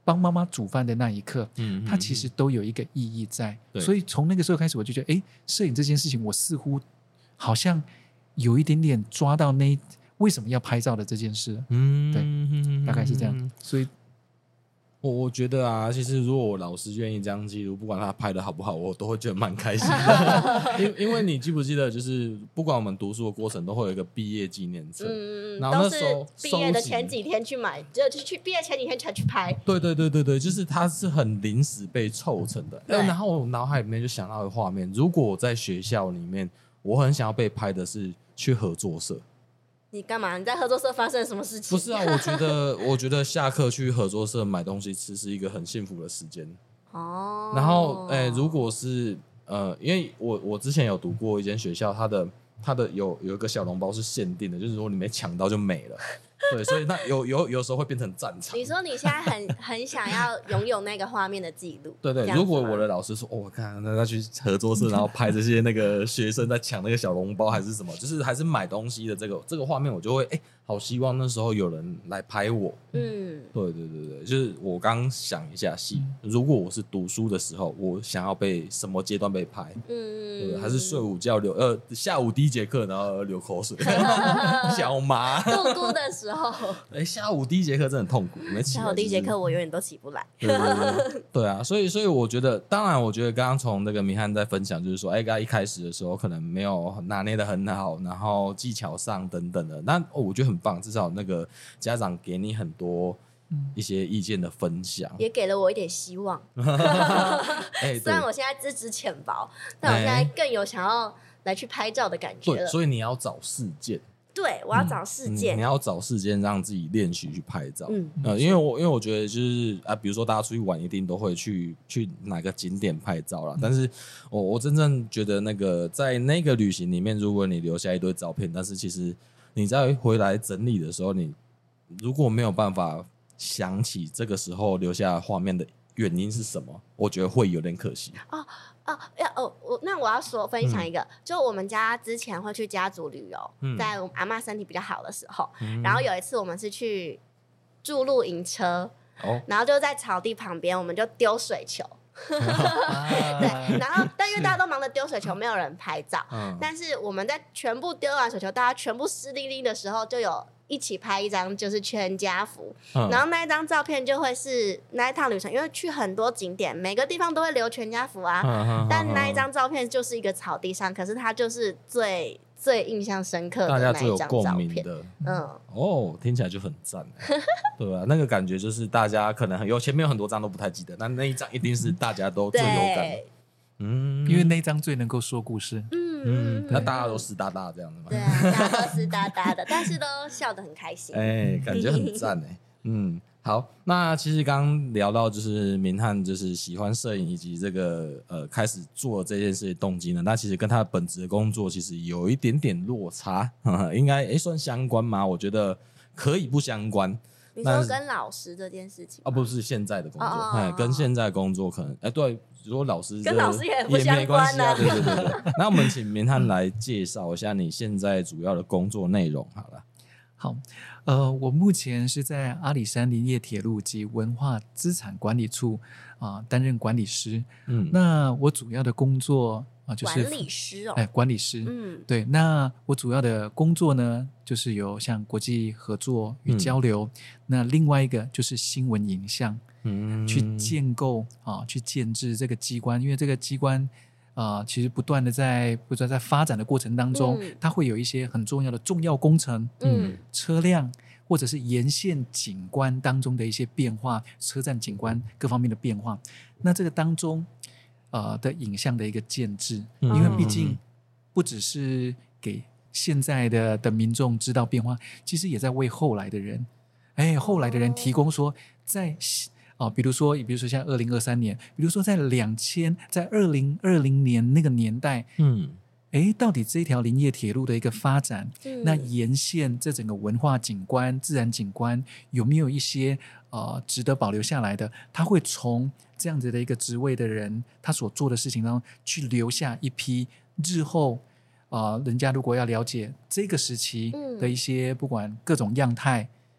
帮妈妈煮饭的那一刻，嗯，它其实都有一个意义在。所以从那个时候开始，我就觉得，哎，摄影这件事情，我似乎好像有一点点抓到那为什么要拍照的这件事。嗯，对，大概是这样。所以。 我我觉得啊，其实如果我老师愿意这样记录，不管他拍的好不好，我都会觉得蛮开心的。因因为你记不记得，就是不管我们读书的过程，都会有一个毕业纪念册， 嗯， 然后那时候毕业的前几天去买，就去毕业前几天才去拍。 对对对对对，就是它是很临时被凑成的。然后我脑海里面就想到的画面，如果我在学校里面，我很想要被拍的是去合作社。 你干嘛？你在合作社发生了什么事情？ 不是啊，我觉得，我觉得下课去合作社买东西吃是一个很幸福的时间。哦。然后，哎、欸，如果是呃，因为我我之前有读过一间学校，它的它的有有一个小笼包是限定的，就是如果你没抢到就没了。对，所以那有有有时候会变成战场。 你说你现在很很想要拥有那个画面的记录？ 对对，如果我的老师说，哦，我看那他去合作社，然后拍这些那个学生在抢那个小笼包，还是什么，就是还是买东西的这个这个画面，我就会哎、欸，好希望那时候有人来拍我。嗯，对对对对，就是我刚想一下戏，如果我是读书的时候，我想要被什么阶段被拍？嗯，对，还是睡午觉流呃下午第一节课然后流口水，小麻度孤的时候。 哎、欸，下午第一节课真的很痛苦，没起来、就是。 下午第一节课我永远都起不来。 对, 对, 对, 对啊，所以所以我觉得，当然，我觉得刚刚从那个明翰在分享，就是说，哎、欸，刚刚一开始的时候可能没有拿捏的很好，然后技巧上等等的，那、哦、我觉得很棒，至少那个家长给你很多一些意见的分享， 也给了我一点希望。 欸、 虽然我现在资质浅薄，但我现在更有想要来去拍照的感觉了。 对，所以你要找事件。 对，我要找事件、 嗯嗯，你要找事件让自己练习去拍照。嗯，呃，因为我因为我觉得就是啊，比如说大家出去玩，一定都会去去哪个景点拍照啦。嗯、但是我我真正觉得那个在那个旅行里面，如果你留下一堆照片，但是其实你在回来整理的时候，你如果没有办法想起这个时候留下画面的原因是什么，我觉得会有点可惜。 哦哦，要哦，我那我要说分享一个、嗯，就我们家之前会去家族旅游，嗯、在我阿嬷身体比较好的时候、嗯，然后有一次我们是去住露营车、哦，然后就在草地旁边，我们就丢水球。对，然后但因为大家都忙着丢水球，没有人拍照、嗯。但是我们在全部丢完水球，大家全部湿淋淋的时候，就有一起拍一张，就是全家福、嗯。然后那一张照片就会是那一趟旅程，因为去很多景点，每个地方都会留全家福啊。嗯、但那一张照片就是一个草地上，可是它就是最最印象深刻的那一张照片。的嗯，哦，听起来就很赞，对吧、啊？那个感觉就是大家可能有前面有很多张都不太记得，但那一张一定是大家都最有感的。 嗯，因为那一张最能够说故事。 嗯嗯，那大家都湿哒哒这样的嘛？ 对啊，大家都湿哒哒的，但是都笑得很开心。 哎、欸，感觉很赞哎。嗯，好，那其实刚刚聊到就是明翰就是喜欢摄影以及这个呃开始做这件事的动机呢，那其实跟他的本职的工作其实有一点点落差，呵呵应该哎、欸、算相关吗？我觉得可以不相关。 你说跟老师这件事情啊，不是现在的工作，哎、哦，跟现在的工作可能哎、欸，对，如果老师跟老师也不相关啊，对对对对。那我们请明翰来介绍一下你现在主要的工作内容好了。 好，呃，我目前是在阿里山林业铁路及文化资产管理处啊、呃、担任管理师。嗯，那我主要的工作啊就是管理师哦， 哎，管理师。嗯，对。那我主要的工作呢，就是有像国际合作与交流。嗯、那另外一个就是新闻影像，嗯，去建构啊，去建制这个机关，因为这个机关。啊、呃，其实不断的在不断在发展的过程当中、嗯，它会有一些很重要的重要工程，嗯，车辆或者是沿线景观当中的一些变化，车站景观各方面的变化。那这个当中，呃的影像的一个建制，嗯、因为毕竟不只是给现在的的民众知道变化，其实也在为后来的人，哎，后来的人提供说在。哦，比如说，比如说像二零二三年，比如说在两千，在二零二零年那个年代，嗯，哎，到底这条林业铁路的一个发展，嗯、那沿线这整个文化景观、自然景观有没有一些呃值得保留下来的？他会从这样子的一个职位的人，他所做的事情当中去留下一批日后啊、呃，人家如果要了解这个时期的一些、嗯、不管各种样态。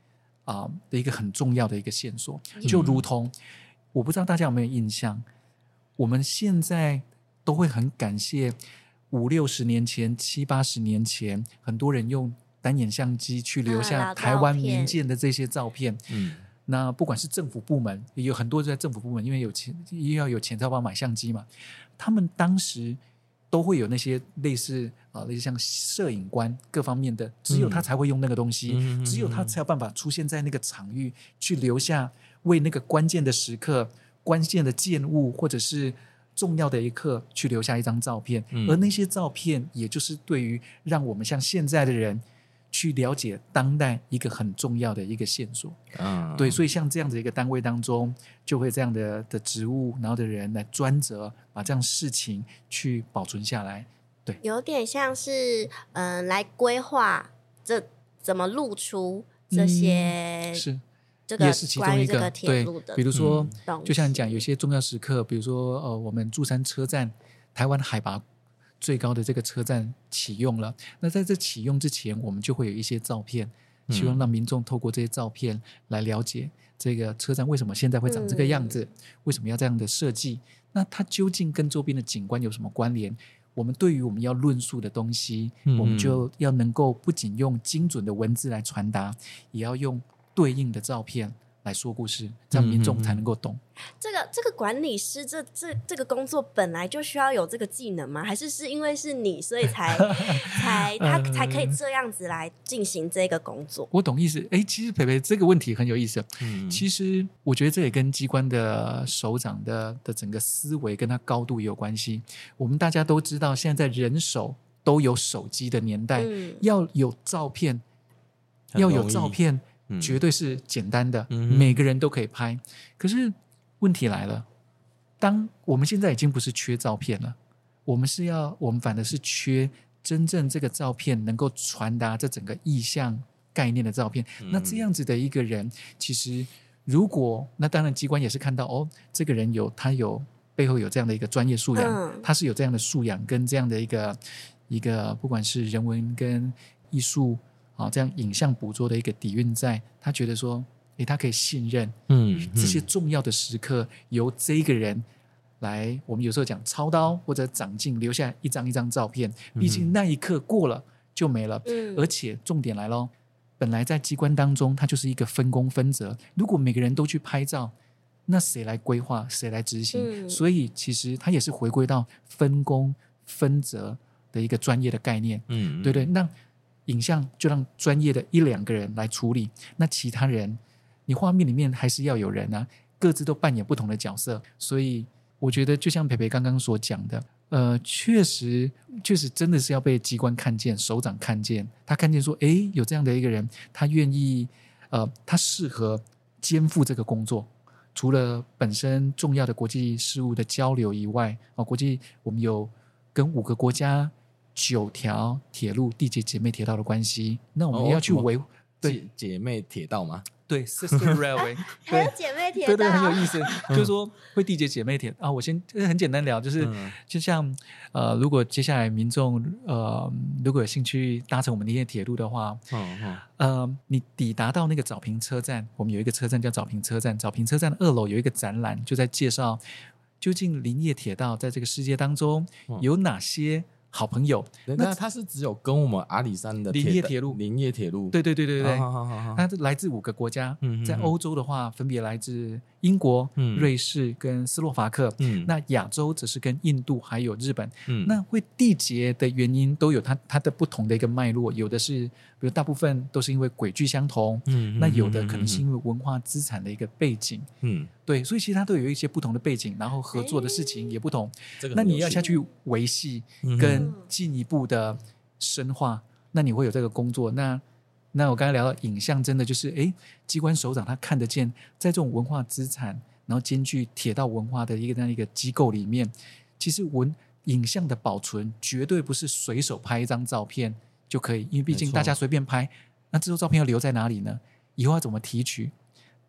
啊、呃、的一个很重要的一个线索，就如同、嗯、我不知道大家有没有印象，我们现在都会很感谢五六十年前、七八十年前，很多人用单眼相机去留下台湾民间的这些照片。嗯，那不管是政府部门，也有很多在政府部门，因为有钱，又要有钱才要买相机嘛，他们当时都会有那些类似啊、呃，类似像摄影官各方面的，只有他才会用那个东西，嗯、只有他才有办法出现在那个场域，去留下为那个关键的时刻、关键的建物或者是重要的一刻去留下一张照片，嗯、而那些照片，也就是对于让我们像现在的人去了解当代一个很重要的一个线索。嗯，对，所以像这样的一个单位当中，就会这样的的职务，然后的人来专责把这样事情去保存下来。对， 有点像是嗯、呃，来规划这怎么露出这些、 嗯、是。 这个也是其中一个， 对， 比如说、嗯，就像你讲，有些重要时刻，比如说呃，我们竹山车站，台湾海拔最高的这个车站启用了。那在这启用之前，我们就会有一些照片，希望让民众透过这些照片来了解这个车站为什么现在会长这个样子，嗯、为什么要这样的设计？那它究竟跟周边的景观有什么关联？我们对于我们要论述的东西，嗯、我们就要能够不仅用精准的文字来传达，也要用对应的照片来说故事，这样民众才能够懂。 嗯、这个这个管理师这这这个工作本来就需要有这个技能吗？还是是因为是你，所以才才他才可以这样子来进行这个工作？ 我懂意思。哎，其实培培这个问题很有意思。嗯，其实我觉得这也跟机关的首长的的整个思维跟他高度也有关系。我们大家都知道，现在在人手都有手机的年代，嗯、要有照片，要有照片。绝对是简单的、嗯、每个人都可以拍。可是问题来了，当我们现在已经不是缺照片了，我们是要我们反而是缺真正这个照片能够传达这整个意象概念的照片、嗯、那这样子的一个人，其实如果那当然机关也是看到哦，这个人有他有背后有这样的一个专业素养、嗯、他是有这样的素养跟这样的一个一个不管是人文跟艺术哦、这样影像捕捉的一个底蕴在，他觉得说诶他可以信任、嗯嗯、这些重要的时刻由这个人来，我们有时候讲操刀或者长进留下一张一张照片，毕竟那一刻过了就没了、嗯、而且重点来咯，本来在机关当中它就是一个分工分责，如果每个人都去拍照，那谁来规划谁来执行、嗯、所以其实它也是回归到分工分责的一个专业的概念，嗯，对对，那影像就让专业的一两个人来处理，那其他人你画面里面还是要有人啊，各自都扮演不同的角色。所以我觉得就像培培刚刚所讲的，呃，确实确实真的是要被机关看见，首长看见，他看见说诶有这样的一个人，他愿意呃，他适合肩负这个工作，除了本身重要的国际事务的交流以外、哦、国际我们有跟五个国家九条铁路缔结姐妹铁道的关系，那我们要去维护、哦、 对姐妹铁道吗？ 对 Sister Railway 还有姐妹铁道， 对对，很有意思就是说会缔结姐妹铁啊。我先很简单聊，就是、嗯、就像呃，如果接下来民众呃如果有兴趣搭乘我们林业铁路的话，嗯嗯呃，你抵达到那个早平车站，我们有一个车站叫早平车站，早平车站的二楼有一个展览，就在介绍究竟林业铁道在这个世界当中有哪些好朋友。 那它是只有跟我们阿里山的林业铁路林业铁路对对对对对，它来自五个国家、嗯、在欧洲的话分别来自英国、嗯、瑞士跟斯洛伐克、嗯、那亚洲则是跟印度还有日本、嗯、那会缔结的原因都有 它, 它的不同的一个脉络，有的是比如大部分都是因为轨距相同、嗯、那有的可能是因为文化资产的一个背景、嗯、对，所以其实它都有一些不同的背景，然后合作的事情也不同、欸、那你要下去维系跟进一步的深化，那你会有这个工作。那那我刚才聊到影像，真的就是诶机关首长他看得见，在这种文化资产然后兼具铁道文化的一个那样一个机构里面，其实文影像的保存绝对不是随手拍一张照片就可以，因为毕竟大家随便拍，那之后照片要留在哪里呢？以后要怎么提取？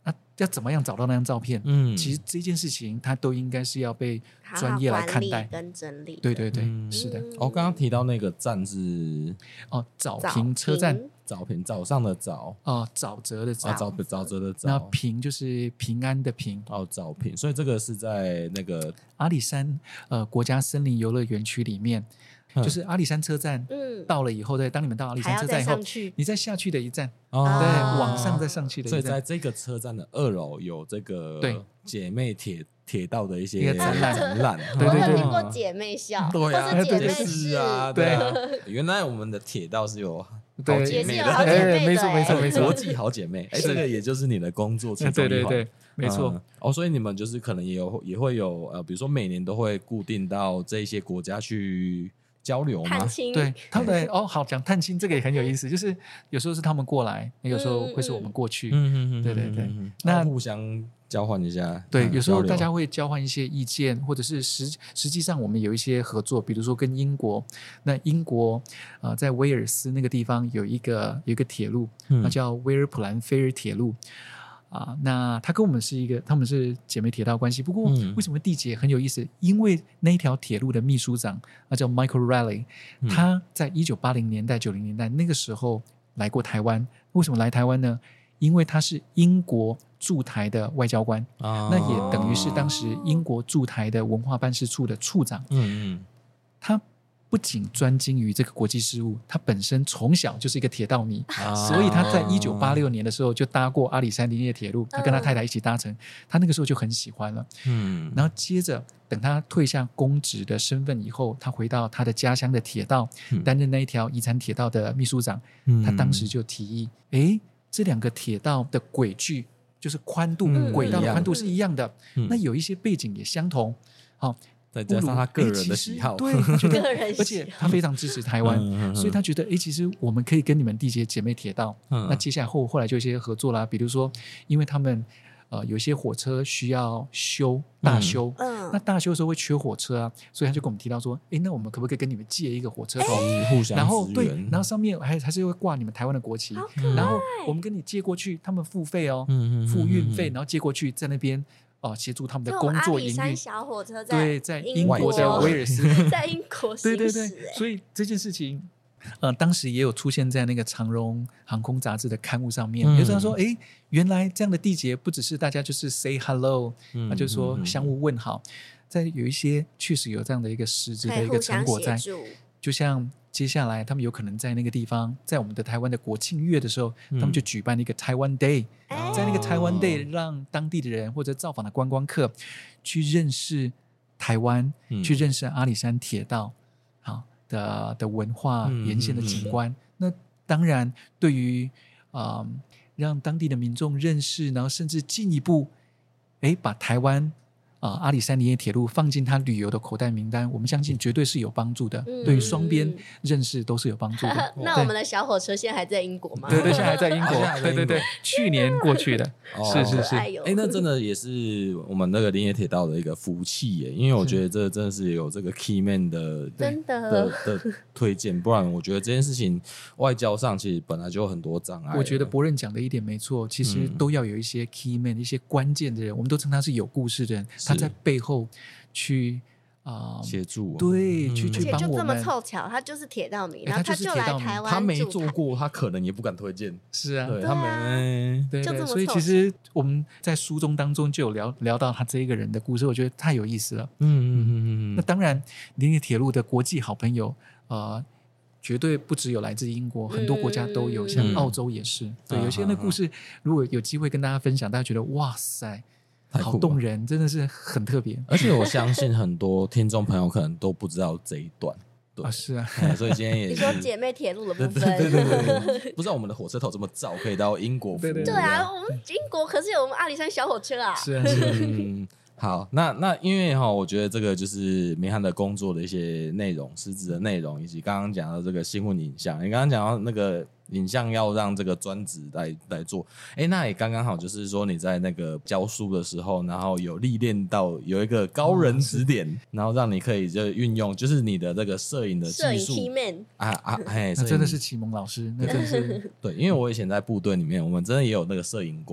啊，要怎么样找到那张照片？嗯，其实这件事情它都应该是要被专业来看待跟整理。 对对对， 嗯、 是的。 我、哦、刚刚提到那个站是哦，早平车站， 早平早上的早哦，沼泽的沼， 啊，早沼泽的沼， 那平就是平安的平哦，早平，所以这个是在那个阿里山呃国家森林游乐园区里面。就是阿里山车站，嗯，到了以后，对，当你们到阿里山车站以后，你再下去的一站，哦，对，往上再上去的一站。 所以在这个车站的二楼有这个对姐妹铁铁道的一些展览，展览。 对对对， 我有听过姐妹校， 对啊， 或是姐妹是啊，对啊。原来我们的铁道是有好姐妹的， 哎，没错没错没错， 国际好姐妹，哎，这个也就是你的工作其中一环。 对对对，没错。 哦，所以你们就是可能也有也会有呃，比如说每年都会固定到这些国家去交流吗？ 探亲， 对，他们哦，好讲探亲这个也很有意思，就是有时候是他们过来，有时候会是我们过去，嗯嗯嗯，对对对， 那互相交换一下， 对，有时候大家会交换一些意见，或者是实实际上我们有一些合作，比如说跟英国，那英国呃在威尔斯那个地方有一个有一个铁路，它叫威尔普兰菲尔铁路。啊，那他跟我们是一个，他们是姐妹铁道关系。不过，为什么缔结很有意思？因为那一条铁路的秘书长，他叫 Michael Riley，、嗯、他在一九八零年代、九零年代那个时候来过台湾。为什么来台湾呢？因为他是英国驻台的外交官，哦、那也等于是当时英国驻台的文化办事处的处长。嗯嗯，他不仅专精于这个国际事务，他本身从小就是一个铁道迷，啊、所以他在一九八六年的时候就搭过阿里山林业铁路，他跟他太太一起搭乘，他那个时候就很喜欢了。嗯，然后接着等他退下公职的身份以后，他回到他的家乡的铁道，嗯、担任那一条宜兰铁道的秘书长。嗯、他当时就提议，诶，这两个铁道的轨距就是宽度，嗯、轨道的宽度是一样的，嗯、那有一些背景也相同，好、哦。 再加上他个人的喜好， 对，他觉得，而且他非常支持台湾，嗯、所以他觉得，哎，其实我们可以跟你们缔结姐妹铁道。嗯、那接下来后后来就有一些合作啦，比如说，因为他们呃有些火车需要修大修，嗯、那大修的时候会缺火车啊，所以他就跟我们提到说，哎，那我们可不可以跟你们借一个火车头， 互相然后对，然后上面还还是会挂你们台湾的国旗，然后我们跟你借过去，他们付费哦，嗯、付运费，然后借过去在那边。哦，协助他们的工作营运。 小火车在对，在英国的威尔斯， 在英国行驶。 对对对，所以这件事情，呃，当时也有出现在那个长荣航空杂志的刊物上面。有人说，哎，原来这样的缔结不只是大家就是 say hello，嗯、啊，就是说相互问好，在有一些确实有这样的一个实质的一个成果在。就像接下来他们有可能在那个地方，在我们的台湾的国庆月的时候，嗯、他们就举办一个台湾 Day，、哦、在那个台湾 Day 让当地的人或者造访的观光客去认识台湾，嗯、去认识阿里山铁道好 的, 的文化沿线的景观。嗯、那当然对于、呃、让当地的民众认识，然后甚至进一步诶把台湾啊、呃，阿里山林业铁路放进他旅游的口袋名单，我们相信绝对是有帮助的，嗯、对于双边认识都是有帮助的。 那我们的小火车现在还在英国吗？ 对对，现在还在英国。对对对，去年过去的。哦、是是是。哎， 那真的也是我们那个林业铁道的一个福气耶，因为我觉得这真的是有这个 key man 的真的的, 的推荐，不然我觉得这件事情外交上其实本来就有很多障碍。 我觉得博任讲的一点没错，其实都要有一些 key man，、嗯、一些关键的人，我们都称他是有故事的人。他在背后去啊协、呃、助， 对，嗯、去去帮我们。而且就这么凑巧，他就是铁道迷，然后他就来台湾， 他没做过，他可能也不敢推荐。 是啊， 对，他们对对，所以其实我们在书中当中就有聊聊到他这一个人的故事，我觉得太有意思了。嗯嗯嗯嗯。那当然，林业铁路的国际好朋友，呃。绝对不只有来自英国，很多国家都有，嗯、像澳洲也是。嗯、对，有些人的故事，如果有机会跟大家分享，大家觉得哇塞，好动人，真的是很特别。 而且我相信很多听众朋友可能都不知道这一段。对啊，是啊， 嗯、所以今天也是你说姐妹铁路的部分， 对对对对，不知道我们的火车头这么早可以到英国服务。 对对对啊，我们英国可是有我们阿里山小火车啊。 是啊，是啊。 嗯好，那那因为哈，我觉得这个就是明翰的工作的一些内容、实质的内容，以及刚刚讲到这个新闻影像。你刚刚讲到那个影像要让这个专职来来做，哎，那也刚刚好，就是说你在那个教书的时候，然后有历练到有一个高人指点，哦、然后让你可以就运用，就是你的这个摄影的技术啊啊，哎， 那真的是启蒙老师，那真的是对，因为我以前在部队里面，我们真的也有那个摄影官。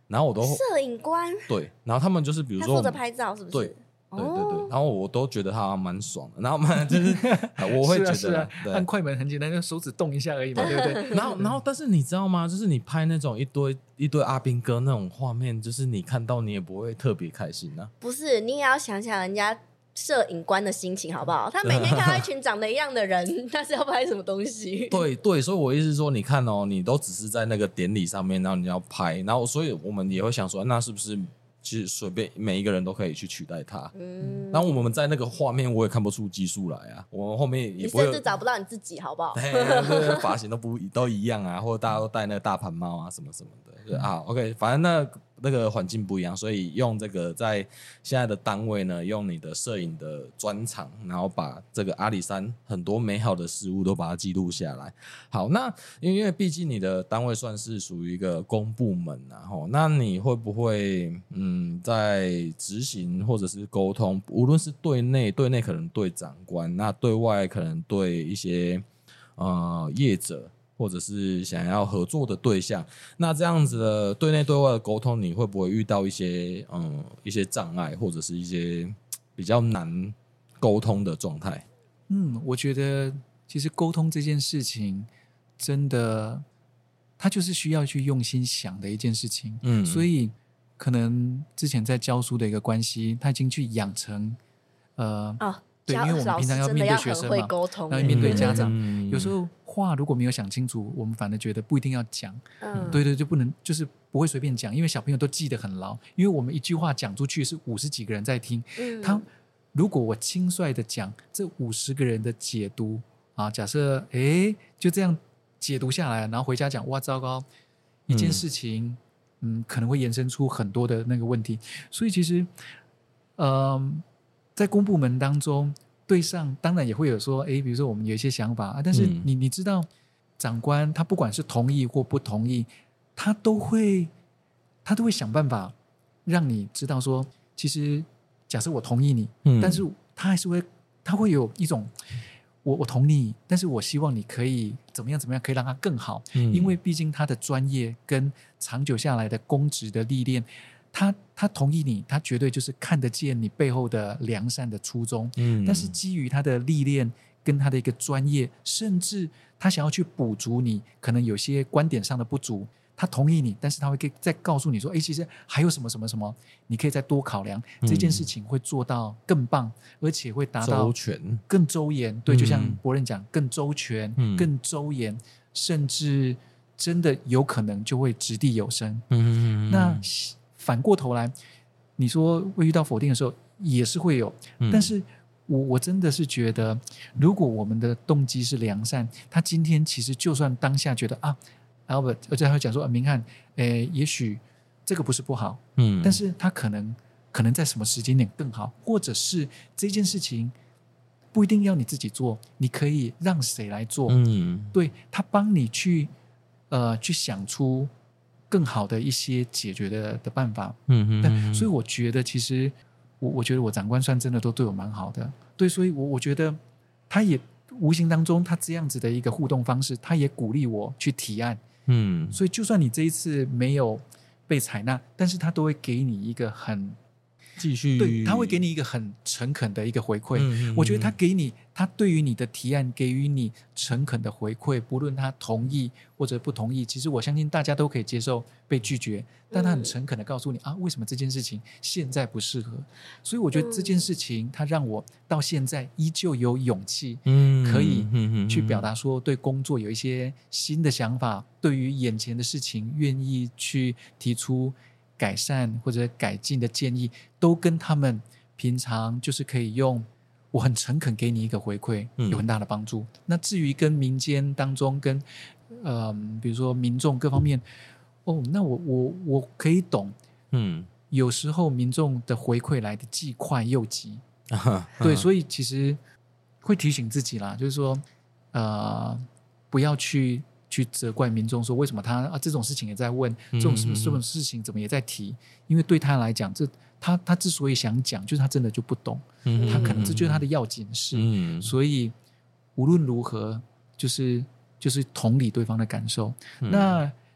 然后我都摄影官对，然后他们就是比如说他负责拍照，是不是？ 对。对对对，然后我都觉得他好像蛮爽的，然后就是我会觉得， 是啊是啊，按快门很简单，就手指动一下而已嘛，对不对？ 然后然后，但是你知道吗？就是你拍那种一堆一堆阿兵哥那种画面，就是你看到你也不会特别开心啊。 不是，你也要想想人家摄影官的心情好不好？他每天看到一群长得一样的人，他是要拍什么东西？ 对对，所以我意思是说，你看哦，你都只是在那个典礼上面，然后你要拍，然后所以我们也会想说，那是不是？其实随便每一个人都可以去取代他，嗯，然后我们在那个画面我也看不出技术来啊，我们后面也不会， 你甚至找不到你自己，好不好？ 对，发型都不都一样啊，或者大家都戴那个大盘帽啊，什么什么的，就啊 ，OK， 反正那那个环境不一样，所以用这个在现在的单位呢，用你的摄影的专长，然后把这个阿里山很多美好的事物都把它记录下来。好，那因为毕竟你的单位算是属于一个公部门啊，吼，那你会不会嗯，在执行或者是沟通，无论是对内，对内可能对长官，那对外可能对一些呃业者。或者是想要合作的对象，那这样子的对内对外的沟通，你会不会遇到一些嗯一些障碍，或者是一些比较难沟通的状态？ 嗯，我觉得其实沟通这件事情，真的，它就是需要去用心想的一件事情。嗯，所以可能之前在教书的一个关系，他已经去养成呃。哦对，因为我们平常要面对学生嘛，然后面对家长，嗯、有时候话如果没有想清楚，我们反而觉得不一定要讲。嗯，对对，就不能就是不会随便讲，因为小朋友都记得很牢。因为我们一句话讲出去是五十几个人在听，嗯、他如果我轻率的讲，这五十个人的解读啊，假设哎就这样解读下来，然后回家讲，哇糟糕，一件事情，嗯，嗯可能会延伸出很多的那个问题。所以其实，嗯、呃。在公部门当中，对上当然也会有说，哎，比如说我们有一些想法啊，但是你、嗯、你知道，长官他不管是同意或不同意，他都会他都会想办法让你知道说，其实假设我同意你，嗯、但是他还是会他会有一种我我同意，但是我希望你可以怎么样怎么样，可以让他更好，嗯、因为毕竟他的专业跟长久下来的公职的历练。他他同意你，他绝对就是看得见你背后的良善的初衷。嗯，但是基于他的历练跟他的一个专业，甚至他想要去补足你可能有些观点上的不足，他同意你，但是他会再告诉你说，哎，其实还有什么什么什么，你可以再多考量，嗯、这件事情会做到更棒，而且会达到周全、 更周延。对，就像博任讲，更周全、嗯、更周延，甚至真的有可能就会掷地有声。嗯嗯嗯，那。反过头来，你说会遇到否定的时候，也是会有。嗯、但是我我真的是觉得，如果我们的动机是良善，他今天其实就算当下觉得啊 ，Albert， 而且他会讲说啊，明翰，诶，也许这个不是不好，嗯，但是他可能可能在什么时间点更好，或者是这件事情不一定要你自己做，你可以让谁来做？嗯，对他帮你去呃去想出。更好的一些解决 的, 的办法，嗯嗯，但所以我觉得其实我我觉得我长官算真的都对我蛮好的，对，所以我我觉得他也无形当中他这样子的一个互动方式，他也鼓励我去提案，嗯，所以就算你这一次没有被采纳，但是他都会给你一个很继续， 对，他会给你一个很诚恳的一个回馈，嗯嗯，我觉得他给你他对于你的提案给予你诚恳的回馈，不论他同意或者不同意，其实我相信大家都可以接受被拒绝，但他很诚恳的告诉你、嗯、啊，为什么这件事情现在不适合，所以我觉得这件事情他让我到现在依旧有勇气，嗯，可以去表达说对工作有一些新的想法，对于眼前的事情愿意去提出改善或者改进的建议，都跟他们平常就是可以用我很诚恳给你一个回馈，有很大的帮助、嗯、那至于跟民间当中跟呃，比如说民众各方面，哦，那我我我可以懂，嗯，有时候民众的回馈来的既快又急、啊、对、啊、所以其实会提醒自己啦，就是说呃，不要去去责怪民众说为什么他啊这种事情也在问，这种什么这种事情怎么也在提，因为对他来讲，这他他之所以想讲，就是他真的就不懂，嗯、他可能这就是他的要紧事，嗯、所以无论如何，就是就是同理对方的感受。嗯、那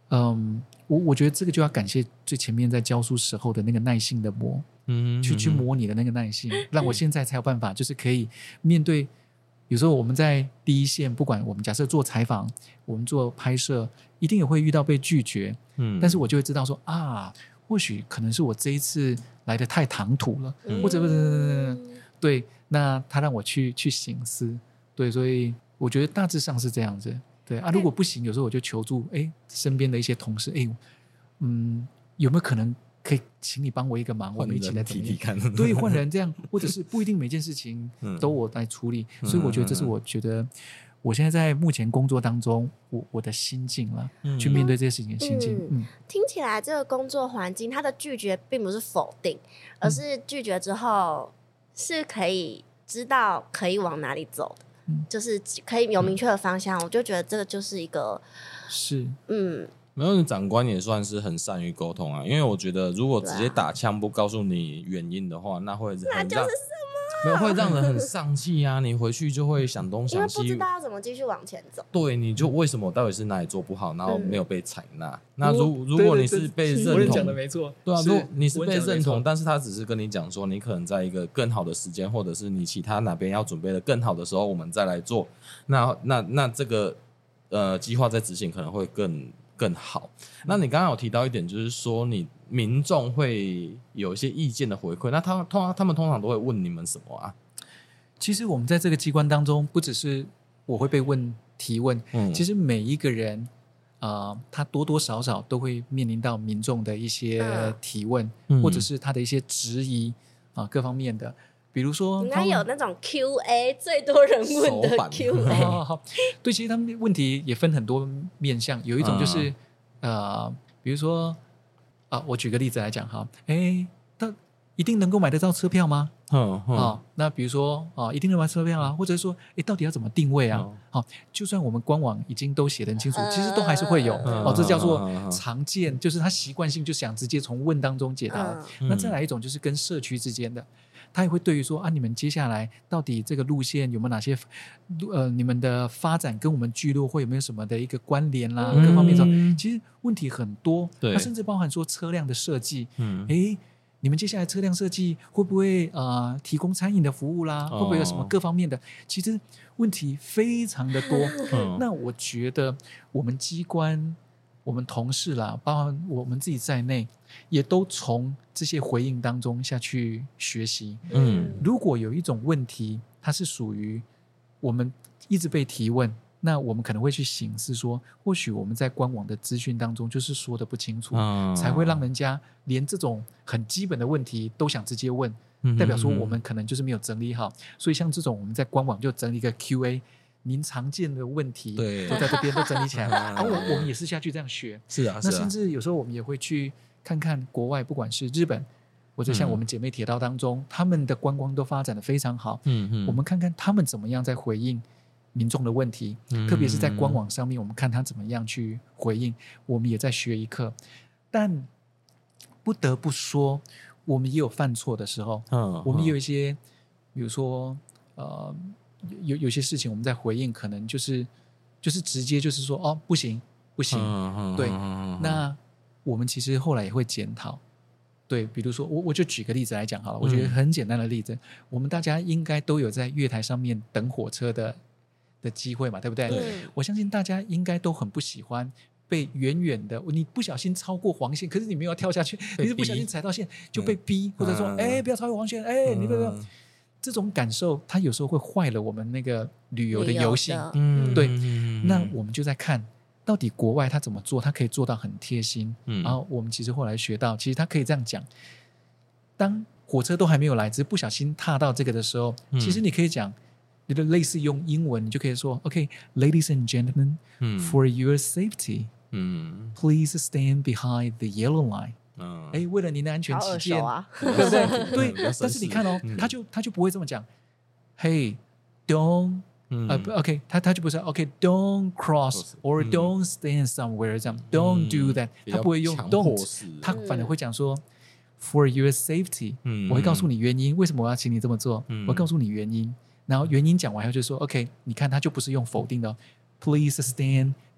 嗯，我我觉得这个就要感谢最前面在教书时候的那个耐性的磨，嗯，去去磨你的那个耐性，让我现在才有办法，就是可以面对。有时候我们在第一线，不管我们假设做采访，我们做拍摄，一定也会遇到被拒绝，嗯，但是我就会知道说啊，或许可能是我这一次来的太唐突了，嗯、或者不是对，那他让我去去省思，对，所以我觉得大致上是这样子，对啊，如果不行，有时候我就求助，哎，身边的一些同事，哎，嗯，有没有可能？可以请你帮我一个忙，我们一起来提提看。 对，换人这样，或者是不一定每件事情都我来处理，嗯、所以我觉得这是我觉得我现在在目前工作当中，我我的心境了，嗯、去面对这些事情的心境。 嗯，嗯听起来这个工作环境，它的拒绝并不是否定，而是拒绝之后是可以知道可以往哪里走的，嗯、就是可以有明确的方向。嗯、我就觉得这个就是一个是嗯。 没有，长官也算是很善于沟通啊。因为我觉得，如果直接打枪不告诉你原因的话，那会很那就是什么？ 没有会让人很丧气啊！你回去就会想东想西， 因为不知道要怎么继续往前走。 对，你就为什么到底是哪里做不好，然后没有被采纳？嗯、那如如果你是被认同， 我讲的没错， 对啊，如果你是被认同，但是他只是跟你讲说，你可能在一个更好的时间，或者是你其他哪边要准备的更好的时候，我们再来做。那那那这个呃计划在执行可能会更。更好。那你刚刚有提到一点，就是说你民众会有一些意见的回馈，那他们通常他们通常都会问你们什么啊？ 其实我们在这个机关当中，不只是我会被问提问，嗯、其实每一个人啊、呃，他多多少少都会面临到民众的一些提问，嗯、或者是他的一些质疑啊、呃，各方面的。比如说， 应该有那种 Q A 最多人问的 Q A， 哦、对，其实他们问题也分很多面向，有一种就是、嗯、呃，比如说啊、呃，我举个例子来讲哈，哎，他一定能够买得到车票吗？嗯嗯、哦，那比如说啊、哦，一定能买车票啊，或者说，哎，到底要怎么定位啊？好、嗯哦，就算我们官网已经都写得很清楚，嗯、其实都还是会有、嗯、哦，这叫做常见，就是他习惯性就想直接从问当中解答。嗯、那再来一种就是跟社区之间的。他也会对于说啊，你们接下来到底这个路线有没有哪些呃，你们的发展跟我们聚落会有没有什么的一个关联啦？嗯、各方面上，其实问题很多，它甚至包含说车辆的设计，嗯，哎，你们接下来车辆设计会不会呃提供餐饮的服务啦？哦、会不会有什么各方面的？其实问题非常的多。嗯、那我觉得我们机关。我们同事啦，包括我们自己在内，也都从这些回应当中下去学习。嗯，如果有一种问题，它是属于我们一直被提问，那我们可能会去省思说，或许我们在官网的资讯当中就是说的不清楚，嗯、才会让人家连这种很基本的问题都想直接问，嗯、代表说我们可能就是没有整理好。所以像这种，我们在官网就整理一个 Q A。您常见的问题都在这边都整理起来了，然后、啊、我们也是下去这样学。 是啊， 那甚至有时候我们也会去看看国外，不管是日本或者像我们姐妹铁道当中，嗯、他们的观光都发展得非常好。嗯嗯，我们看看他们怎么样在回应民众的问题，嗯、特别是在官网上面，我们看他怎么样去回应，我们也在学一课。但不得不说，我们也有犯错的时候。嗯，我们也有一些，比如说呃。有有些事情我们在回应，可能就是就是直接就是说哦不行不行，嗯、对、嗯。那我们其实后来也会检讨，对，比如说我我就举个例子来讲好了，我觉得很简单的例子，嗯、我们大家应该都有在月台上面等火车的的机会嘛，对不对？对，我相信大家应该都很不喜欢被远远的，你不小心超过黄线，可是你没有跳下去，你是不小心踩到线就被逼，嗯、或者说哎、嗯、不要超过黄线，哎、嗯、你不要。这种感受，它有时候会坏了我们那个旅游的游戏。嗯，对。嗯、那我们就在看到底国外他怎么做，他可以做到很贴心。嗯，然后我们其实后来学到，其实他可以这样讲：当火车都还没有来，只是不小心踏到这个的时候，嗯、其实你可以讲，你的类似用英文，你就可以说 ：“OK，ladies、okay, and gentlemen,、嗯、for your safety, 嗯、please stand behind the yellow line。”嗯，哎，为了您的安全起见， 啊、 对不对？对，但是你看哦，嗯、他就他就不会这么讲。Hey, don't，嗯、呃 ，OK， 他他就不是 OK，don't、okay, cross or、嗯、don't stand somewhere 这样、嗯、，don't do that，、嗯、他不会用 don't， 他反而会讲说、嗯、for your safety，、嗯、我会告诉你原因，为什么我要请你这么做，嗯、我会告诉你原因，然后原因讲完后就说 OK， 你看他就不是用否定的、哦、，Please stand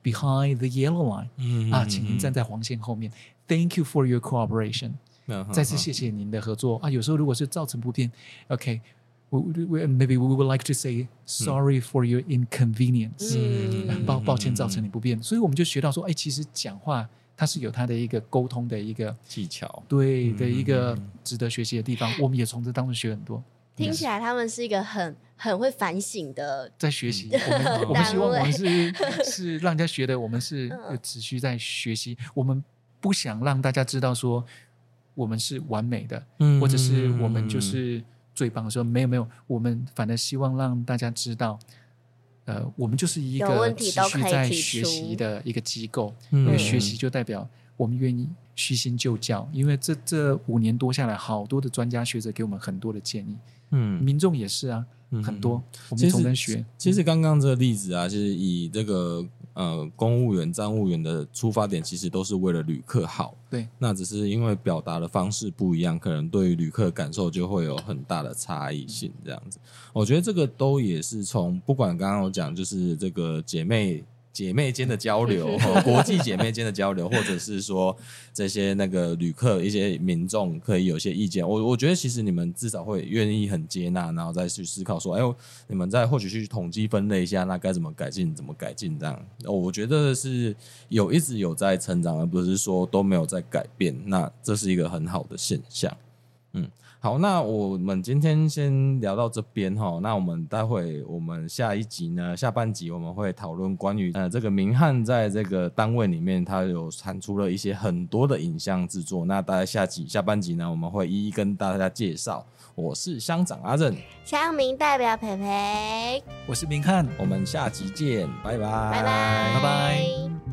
behind the yellow line，、嗯、啊，请您站在黄线后面。Thank you for your cooperation，、嗯、再次谢谢您的合作啊。有时候如果是造成不便 ，OK。We, we, maybe we would like to say sorry for your inconvenience，、嗯、抱抱歉造成你不便，所以我们就学到说，哎，其实讲话它是有它的一个沟通的一个技巧， 对的一个值得学习的地方，我们也从这当中学很多。 听起来他们是一个很很会反省的， 在学习。我们我们希望我们是是让人家觉得我们是持续在学习，我们不想让大家知道说我们是完美的，嗯、或者是我们就是最棒的时候，没有没有，我们反而希望让大家知道。呃，我们就是一个持续在学习的一个机构，因为学习就代表我们愿意虚心就教，因为这这五年多下来，好多的专家学者给我们很多的建议，嗯，民众也是啊，嗯、很多我们从中学。 其实刚刚这个例子啊，其实以这个呃公务员、站务员的出发点，其实都是为了旅客好， 对， 那只是因为表达的方式不一样，可能对于旅客感受就会有很大的差异性，这样子。我觉得这个都也是从不管刚刚我讲，就是这个姐妹。姐妹间的交流，国际姐妹间的交流，或者是说这些那个旅客、一些民众可以有些意见，我我觉得其实你们至少会愿意很接纳，然后再去思考说，哎，你们再或许去统计分类一下，那该怎么改进，怎么改进这样。我觉得是有一直有在成长，而不是说都没有在改变，那这是一个很好的现象。嗯。好，那我们今天先聊到这边哈。那我们待会我们下一集呢，下半集我们会讨论关于呃这个明翰在这个单位里面，他有产出了一些很多的影像制作。那大家下集下半集呢，我们会一一跟大家介绍。我是乡长阿任， 乡民代表培培， 我是明翰， 我们下集见，拜拜， 拜拜， 拜拜。